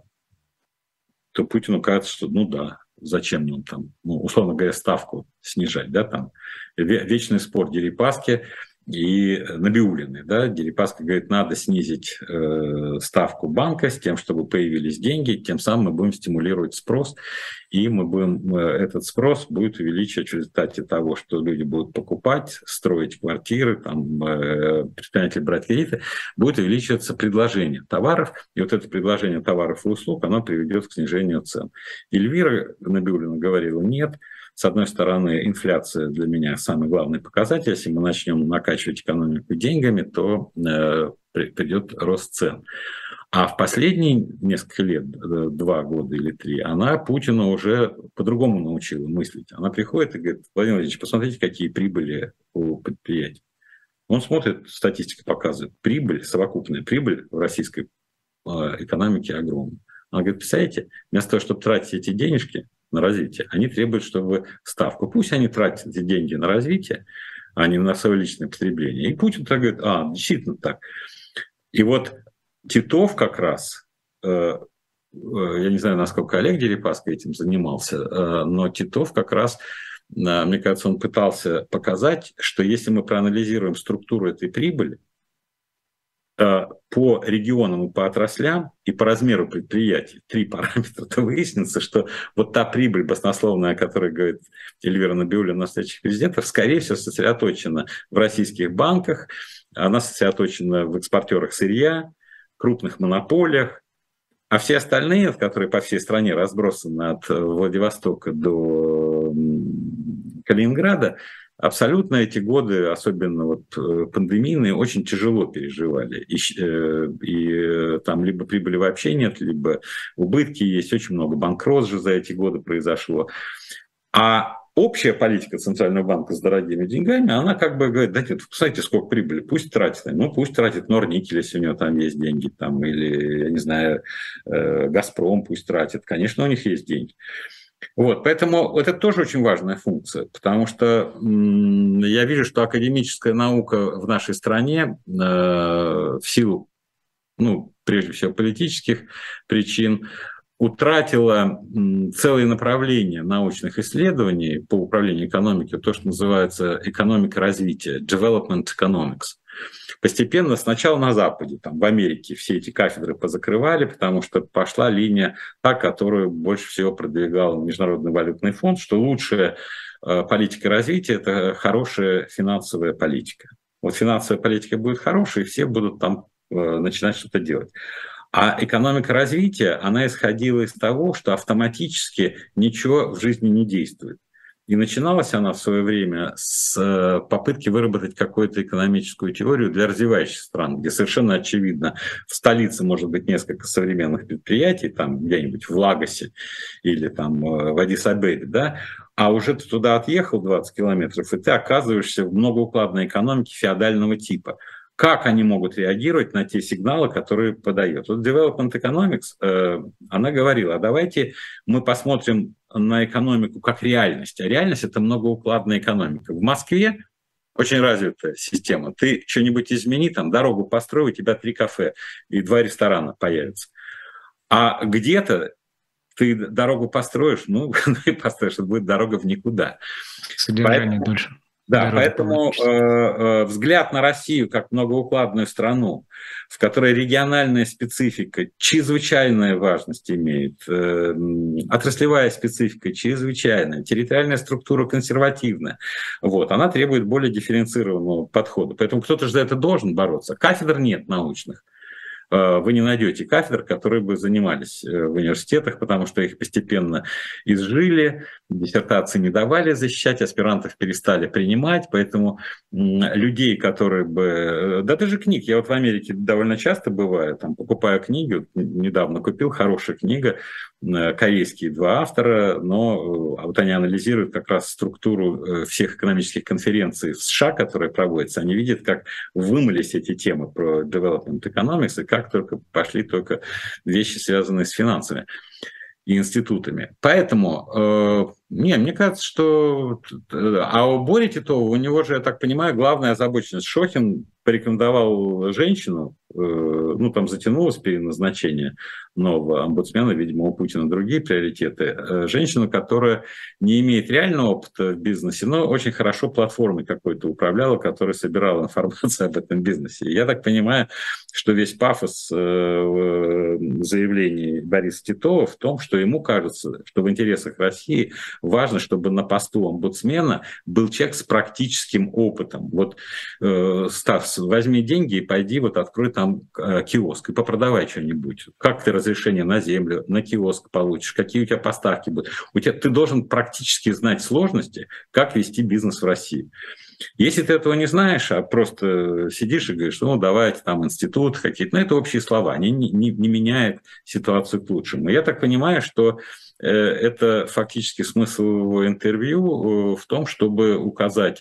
Путину кажется, что ну да, зачем нам там, ну, условно говоря, ставку снижать, да, там вечный спор Дерипаски и Набиуллиной, да, Дерипаска говорит, надо снизить э, ставку банка с тем, чтобы появились деньги, тем самым мы будем стимулировать спрос, и мы будем, э, этот спрос будет увеличивать в результате того, что люди будут покупать, строить квартиры, там, э, предприниматели брать кредиты, будет увеличиваться предложение товаров, и вот это предложение товаров и услуг, оно приведет к снижению цен. Эльвира Набиуллина говорила, нет. С одной стороны, инфляция для меня самый главный показатель. Если мы начнем накачивать экономику деньгами, то э, придет рост цен. А в последние несколько лет, два года или три, она Путина уже по-другому научила мыслить. Она приходит и говорит, Владимир Владимирович, посмотрите, какие прибыли у предприятий. Он смотрит, статистика показывает, прибыль, совокупная прибыль в российской э, экономике огромная. Она говорит, представляете, вместо того, чтобы тратить эти денежки на развитие, они требуют, чтобы ставку. Пусть они тратят эти деньги на развитие, а не на свое личное потребление. И Путин так говорит, а, действительно так. И вот Титов как раз, э, э, я не знаю, насколько Олег Дерипаска этим занимался, э, но Титов как раз, э, мне кажется, он пытался показать, что если мы проанализируем структуру этой прибыли, по регионам и по отраслям и по размеру предприятий, три параметра, то выяснится, что вот та прибыль баснословная, о которой говорит Эльвира Набиуллина на встречах президентов, скорее всего, сосредоточена в российских банках, она сосредоточена в экспортерах сырья, крупных монополиях, а все остальные, которые по всей стране разбросаны от Владивостока до Калининграда, абсолютно эти годы, особенно вот пандемийные, очень тяжело переживали. И, и там либо прибыли вообще нет, либо убытки есть, очень много банкротств же за эти годы произошло. А общая политика Центрального банка с дорогими деньгами, она как бы говорит, да нет, посмотрите, сколько прибыли, пусть тратит. Ну, пусть тратит Норникель, если у него там есть деньги, там, или, я не знаю, Газпром пусть тратит. Конечно, у них есть деньги. Вот, поэтому вот это тоже очень важная функция, потому что м- я вижу, что академическая наука в нашей стране э- в силу, ну, прежде всего, политических причин утратила м- целые направления научных исследований по управлению экономикой, то, что называется экономика развития, development economics. Постепенно сначала на Западе, там, в Америке все эти кафедры позакрывали, потому что пошла линия, та, которую больше всего продвигал Международный валютный фонд, что лучшая э, политика развития – это хорошая финансовая политика. Вот финансовая политика будет хорошей, и все будут там э, начинать что-то делать. А экономика развития, она исходила из того, что автоматически ничего в жизни не действует. И начиналась она в свое время с попытки выработать какую-то экономическую теорию для развивающихся стран, где совершенно очевидно, в столице может быть несколько современных предприятий, там где-нибудь в Лагосе или там в Аддис-Абебе, да, а уже ты туда отъехал двадцать километров, и ты оказываешься в многоукладной экономике феодального типа. Как они могут реагировать на те сигналы, которые подают? Вот Development Economics, э, она говорила, а давайте мы посмотрим на экономику как реальность. А реальность – это многоукладная экономика. В Москве очень развитая система. Ты что-нибудь измени, там дорогу построй, у тебя три кафе и два ресторана появятся. А где-то ты дорогу построишь, ну, и построишь, это будет дорога в никуда. Содержание Поэтому... дольше. Да, поэтому э, э, взгляд на Россию как многоукладную страну, в которой региональная специфика чрезвычайную важность имеет, э, отраслевая специфика чрезвычайная, территориальная структура консервативная, вот, она требует более дифференцированного подхода. Поэтому кто-то же за это должен бороться. Кафедр нет научных. Вы не найдете кафедр, которые бы занимались в университетах, потому что их постепенно изжили, диссертации не давали защищать, аспирантов перестали принимать, поэтому людей, которые бы... Да даже книг, я вот в Америке довольно часто бываю, там покупаю книги, недавно купил, хорошая книга, корейские два автора, но вот они анализируют как раз структуру всех экономических конференций в США, которые проводятся, они видят, как вымылись эти темы про development economics, и как только пошли только вещи, связанные с финансами и институтами. Поэтому, э, не, мне кажется, что... А у Бори Титова, у него же, я так понимаю, главная озабоченность. Шохин порекомендовал женщину, э, ну, там затянулось переназначение нового омбудсмена, видимо, у Путина другие приоритеты. Э, женщину, которая не имеет реального опыта в бизнесе, но очень хорошо платформой какой-то управляла, которая собирала информацию об этом бизнесе. И я так понимаю, что весь пафос э, заявлений Бориса Титова в том, что ему кажется, что в интересах России важно, чтобы на посту омбудсмена был человек с практическим опытом. Вот, э, Стас, возьми деньги и пойди вот открой там э, киоск и попродавай что-нибудь. Как ты разрешение на землю, на киоск получишь, какие у тебя поставки будут. У тебя, ты должен практически знать сложности, как вести бизнес в России. Если ты этого не знаешь, а просто сидишь и говоришь, ну, давайте там институт какие-то, ну, это общие слова, они не, не, не меняют ситуацию к лучшему. Я так понимаю, что э, это фактически смысл его интервью в том, чтобы указать,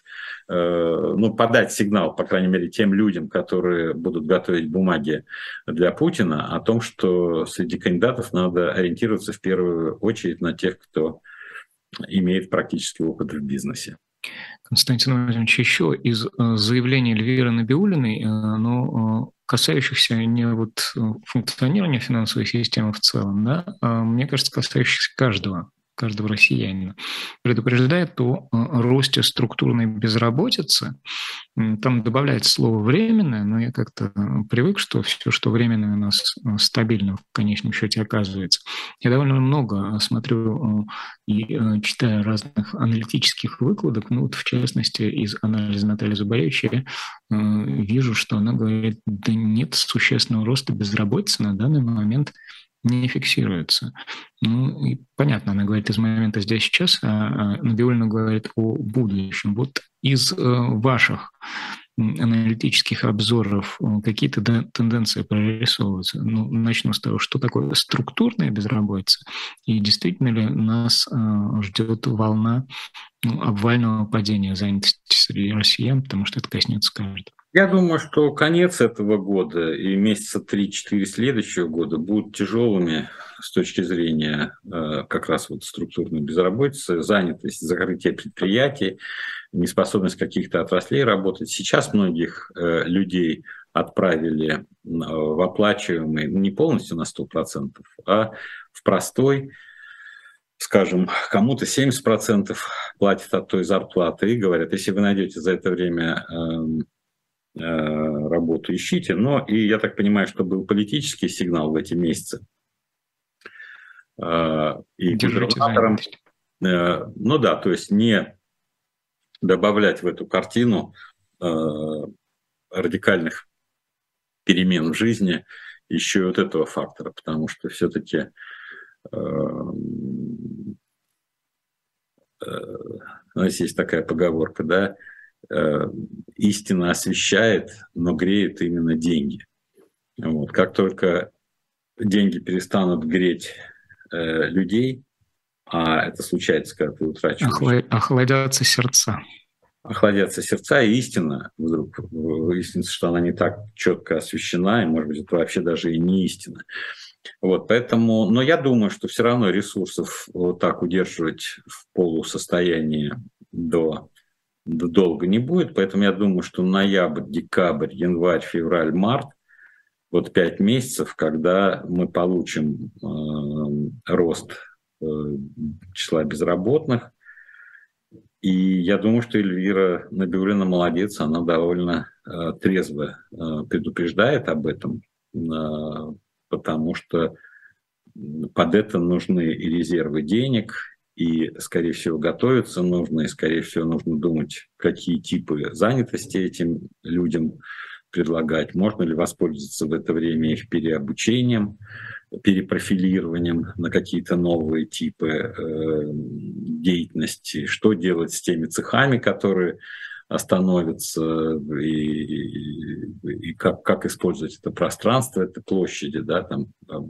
э, ну, подать сигнал, по крайней мере, тем людям, которые будут готовить бумаги для Путина, о том, что среди кандидатов надо ориентироваться в первую очередь на тех, кто имеет практический опыт в бизнесе. Константин Владимирович, еще из заявлений Эльвиры Набиуллиной, но касающихся не вот функционирования финансовой системы в целом, да, а, мне кажется, касающихся каждого, каждого россиянина, предупреждает о росте структурной безработицы. Там добавляется слово «временное», но я как-то привык, что все, что временное, у нас стабильно в конечном счете оказывается. Я довольно много смотрю и читаю разных аналитических выкладок, ну вот в частности из анализа Натальи Зубаревич я вижу, что она говорит, да нет существенного роста безработицы на данный момент не фиксируется. Ну, и понятно, она говорит из момента здесь сейчас, а Набиуллина говорит о будущем. Вот из э, ваших аналитических обзоров какие-то тенденции прорисовываются. Ну, начну с того, что такое структурная безработица, и действительно ли нас э, ждет волна ну, обвального падения занятости среди россиян, потому что это коснется каждого. Я думаю, что конец этого года и месяца три-четыре следующего года будут тяжелыми с точки зрения э, как раз вот структурной безработицы, занятости, закрытия предприятий, неспособность каких-то отраслей работать. Сейчас многих э, людей отправили в оплачиваемый, не полностью на сто процентов, а в простой, скажем, кому-то семьдесят процентов платят от той зарплаты и говорят, если вы найдете за это время э, работу, ищите. Но и я так понимаю, что был политический сигнал в эти месяцы. И губернаторам, ну да, то есть не добавлять в эту картину радикальных перемен в жизни еще и вот этого фактора, потому что все-таки у нас есть такая поговорка, да, истина освещает, но греет именно деньги. Вот. Как только деньги перестанут греть э, людей, а это случается, когда ты утрачиваешь... Охла... Охладятся сердца. Охладятся сердца, и истина вдруг выяснится, что она не так четко освещена, и, может быть, это вообще даже и не истина. Вот, поэтому, но я думаю, что все равно ресурсов вот так удерживать в полусостоянии до... долго не будет, поэтому я думаю, что ноябрь, декабрь, январь, февраль, март, вот пять месяцев, когда мы получим э, рост э, числа безработных, И я думаю, что Эльвира Набиуллина молодец, она довольно э, трезво э, предупреждает об этом, э, потому что под это нужны и резервы денег, и, скорее всего, готовиться нужно, и, скорее всего, нужно думать, какие типы занятости этим людям предлагать, можно ли воспользоваться в это время их переобучением, перепрофилированием на какие-то новые типы э, деятельности, что делать с теми цехами, которые остановятся, и, и, и как, как использовать это пространство, это площади, да, там, там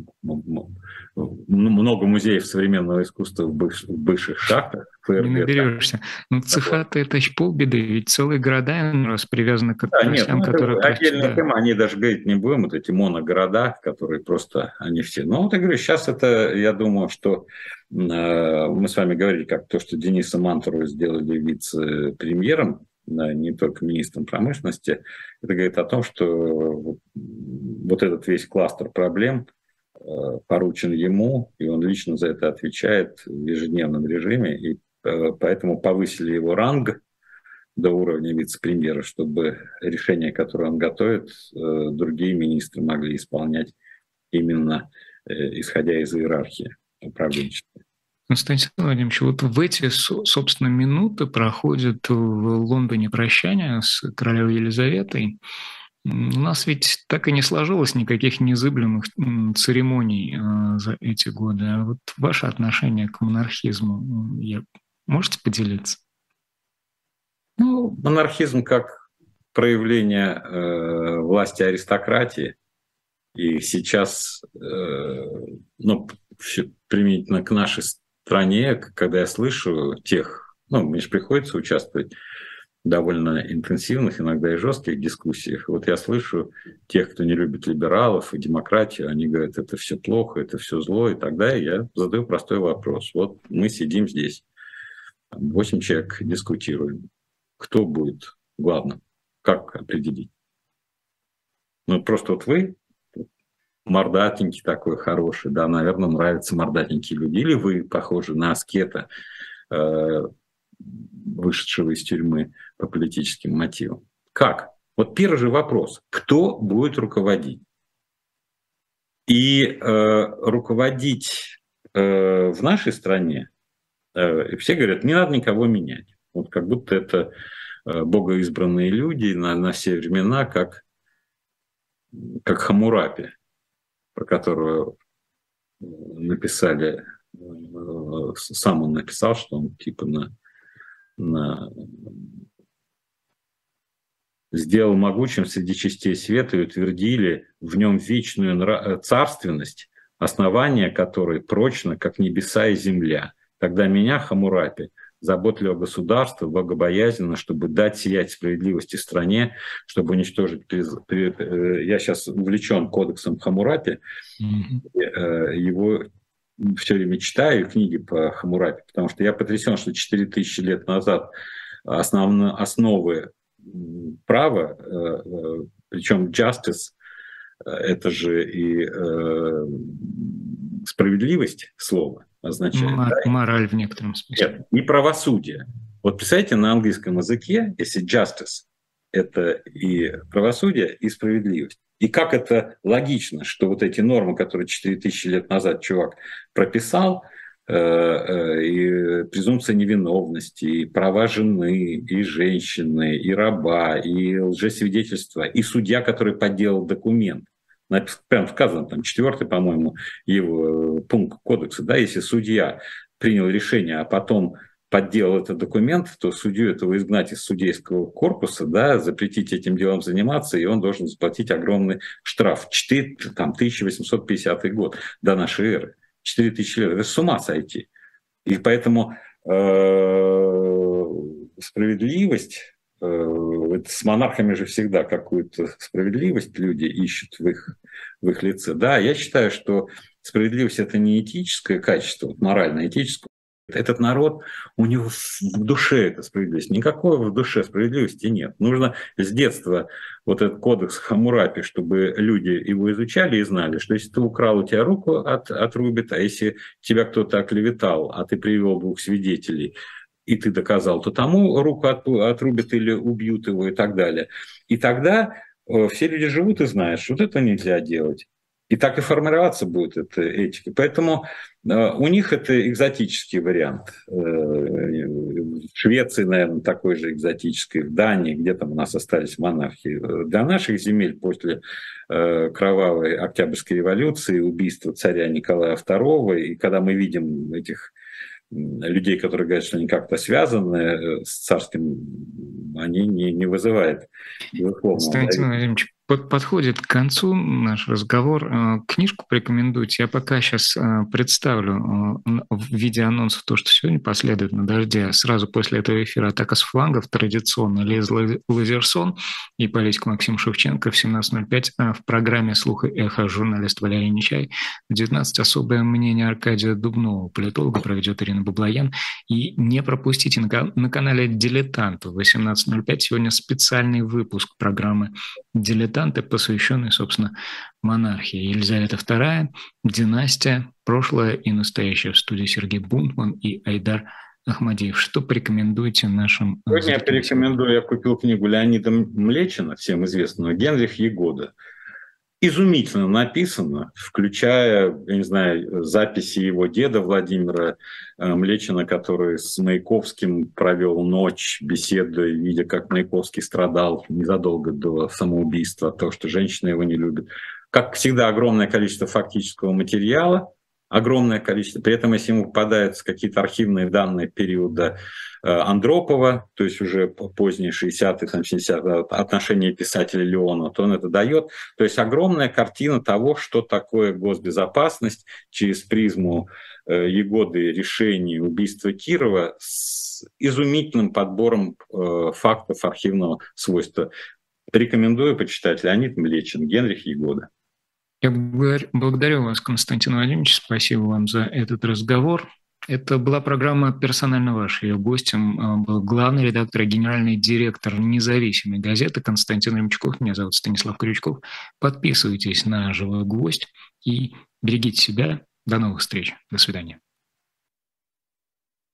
много музеев современного искусства в, быв, в бывших шахтах. ФРГ, не наберешься. Ну, цеха-то это ж полбеды, ведь целые города раз привязаны к да, нет, ну, которые... отдельная да. тема, они даже говорить не будем, вот эти моногорода, которые просто, они все. Но вот я говорю, сейчас это, я думаю, что э, мы с вами говорили, как то, что Дениса Мантурова сделали вице-премьером, не только министром промышленности, это говорит о том, что вот этот весь кластер проблем поручен ему, и он лично за это отвечает в ежедневном режиме, и поэтому повысили его ранг до уровня вице-премьера, чтобы решения, которые он готовит, другие министры могли исполнять именно исходя из иерархии управленческой. Константин Владимирович, вот в эти, собственно, минуты проходит в Лондоне прощание с королевой Елизаветой. У нас ведь так и не сложилось никаких незыблемых церемоний за эти годы. А вот ваше отношение к монархизму, можете поделиться? Ну, монархизм как проявление э, власти аристократии. И сейчас, э, ну, применительно к нашей стране, когда я слышу тех, ну, мне же приходится участвовать в довольно интенсивных, иногда и жестких дискуссиях. Вот я слышу тех, кто не любит либералов и демократию, они говорят, это все плохо, это все зло, и тогда я задаю простой вопрос. Вот мы сидим здесь, восемь человек дискутируем. Кто будет главным? Как определить? Ну, просто вот вы, мордатенький такой хороший, да, наверное, нравятся мордатенькие люди. Или вы похожи на аскета, э, вышедшего из тюрьмы по политическим мотивам. Как? Вот первый же вопрос. Кто будет руководить? И э, руководить э, в нашей стране, э, все говорят, не надо никого менять. Вот как будто это э, богоизбранные люди на, на все времена, как, как Хаммурапи, про которого написали, э, сам он написал, что он типа на, на сделал могучим среди частей света и утвердили в нем вечную нра... царственность, основание которой прочно, как небеса и земля. Тогда меня, Хаммурапи, заботливо государство, богобоязненно, чтобы дать сиять справедливости стране, чтобы уничтожить... Я сейчас увлечен кодексом Хаммурапи, mm-hmm. его все время читаю, книги по Хаммурапи, потому что я потрясен, что четыре тысячи лет назад основные основы права, причем justice, это же и справедливость слова означает. Мор- да? Мораль в некотором смысле. Нет, и правосудие. Вот представьте, на английском языке, если justice – это и правосудие, и справедливость. И как это логично, что вот эти нормы, которые четыре тысячи лет назад чувак прописал, и презумпция невиновности, и права жены, и женщины, и раба, и лжесвидетельство, и судья, который подделал документ. Прям сказано, там, четвертый, по-моему, его пункт кодекса, да, если судья принял решение, а потом подделал этот документ, то судью этого изгнать из судейского корпуса, да, запретить этим делом заниматься, и он должен заплатить огромный штраф. четыре, там, тысяча восемьсот пятидесятый год до нашей эры. четыре тысячи лет. Это с ума сойти. И поэтому э, справедливость, э, с монархами же всегда какую-то справедливость люди ищут в их, в их лице. Да, я считаю, что справедливость – это не этическое качество, вот морально-этическое. Этот народ, у него в душе эта справедливость. Никакой в душе справедливости нет. Нужно с детства вот этот кодекс Хаммурапи, чтобы люди его изучали и знали, что если ты украл, у тебя руку от, отрубит, а если тебя кто-то оклеветал, а ты привел двух свидетелей, и ты доказал, то тому руку отрубят или убьют его и так далее. И тогда все люди живут и знают, что вот это нельзя делать. И так и формироваться будет эта этика. Поэтому у них это экзотический вариант. В Швеции, наверное, такой же экзотический. В Дании, где там у нас остались монархии. Для наших земель после кровавой Октябрьской революции, убийства царя Николая второго, и когда мы видим этих людей, которые говорят, что они как-то связаны с царским, они не, не вызывают безусловно. Константин Владимирович, подходит к концу наш разговор. Книжку порекомендуйте. Я пока сейчас представлю в виде анонсов то, что сегодня последует на «Дожде». Сразу после этого эфира «Атака с флангов», традиционно Лиз Лазерсон и политик Максим Шевченко в семнадцать ноль пять в программе «Слух и эхо» журналист Валерий Нечай. В девятнадцать особое мнение Аркадия Дубнова, политолога, проведет Ирина Баблоян. И не пропустите на, на канале «Дилетант» в восемнадцать ноль пять сегодня специальный выпуск программы «Дилетант», посвященный, собственно, монархии. Елизавета вторая, династия, прошлое и настоящее. В студии Сергей Бунтман и Айдар Ахмадиев. Что порекомендуете нашим Сегодня зрителям? я порекомендую, я купил книгу Леонида Млечина, всем известного, «Генрих Егода». Изумительно написано, включая, я не знаю, записи его деда Владимира Млечина, который с Маяковским провел ночь, беседуя, видя, как Маяковский страдал незадолго до самоубийства, от того, что женщина его не любит. Как всегда, огромное количество фактического материала, огромное количество. При этом, если ему попадаются какие-то архивные данные периода Андропова, то есть уже поздние шестидесятые, семидесятые, отношения писателя Леонова, то он это дает. То есть огромная картина того, что такое госбезопасность через призму Егоды решений убийства Кирова с изумительным подбором фактов архивного свойства. Рекомендую почитать Леонид Млечин, «Генрих Егода». Я благодарю вас, Константин Владимирович, спасибо вам за этот разговор. Это была программа «Персонально ваш». Ее гостем был главный редактор и генеральный директор независимой газеты Константин Ремчуков. Меня зовут Станислав Крючков. Подписывайтесь на «Живой гвоздь» и берегите себя. До новых встреч. До свидания.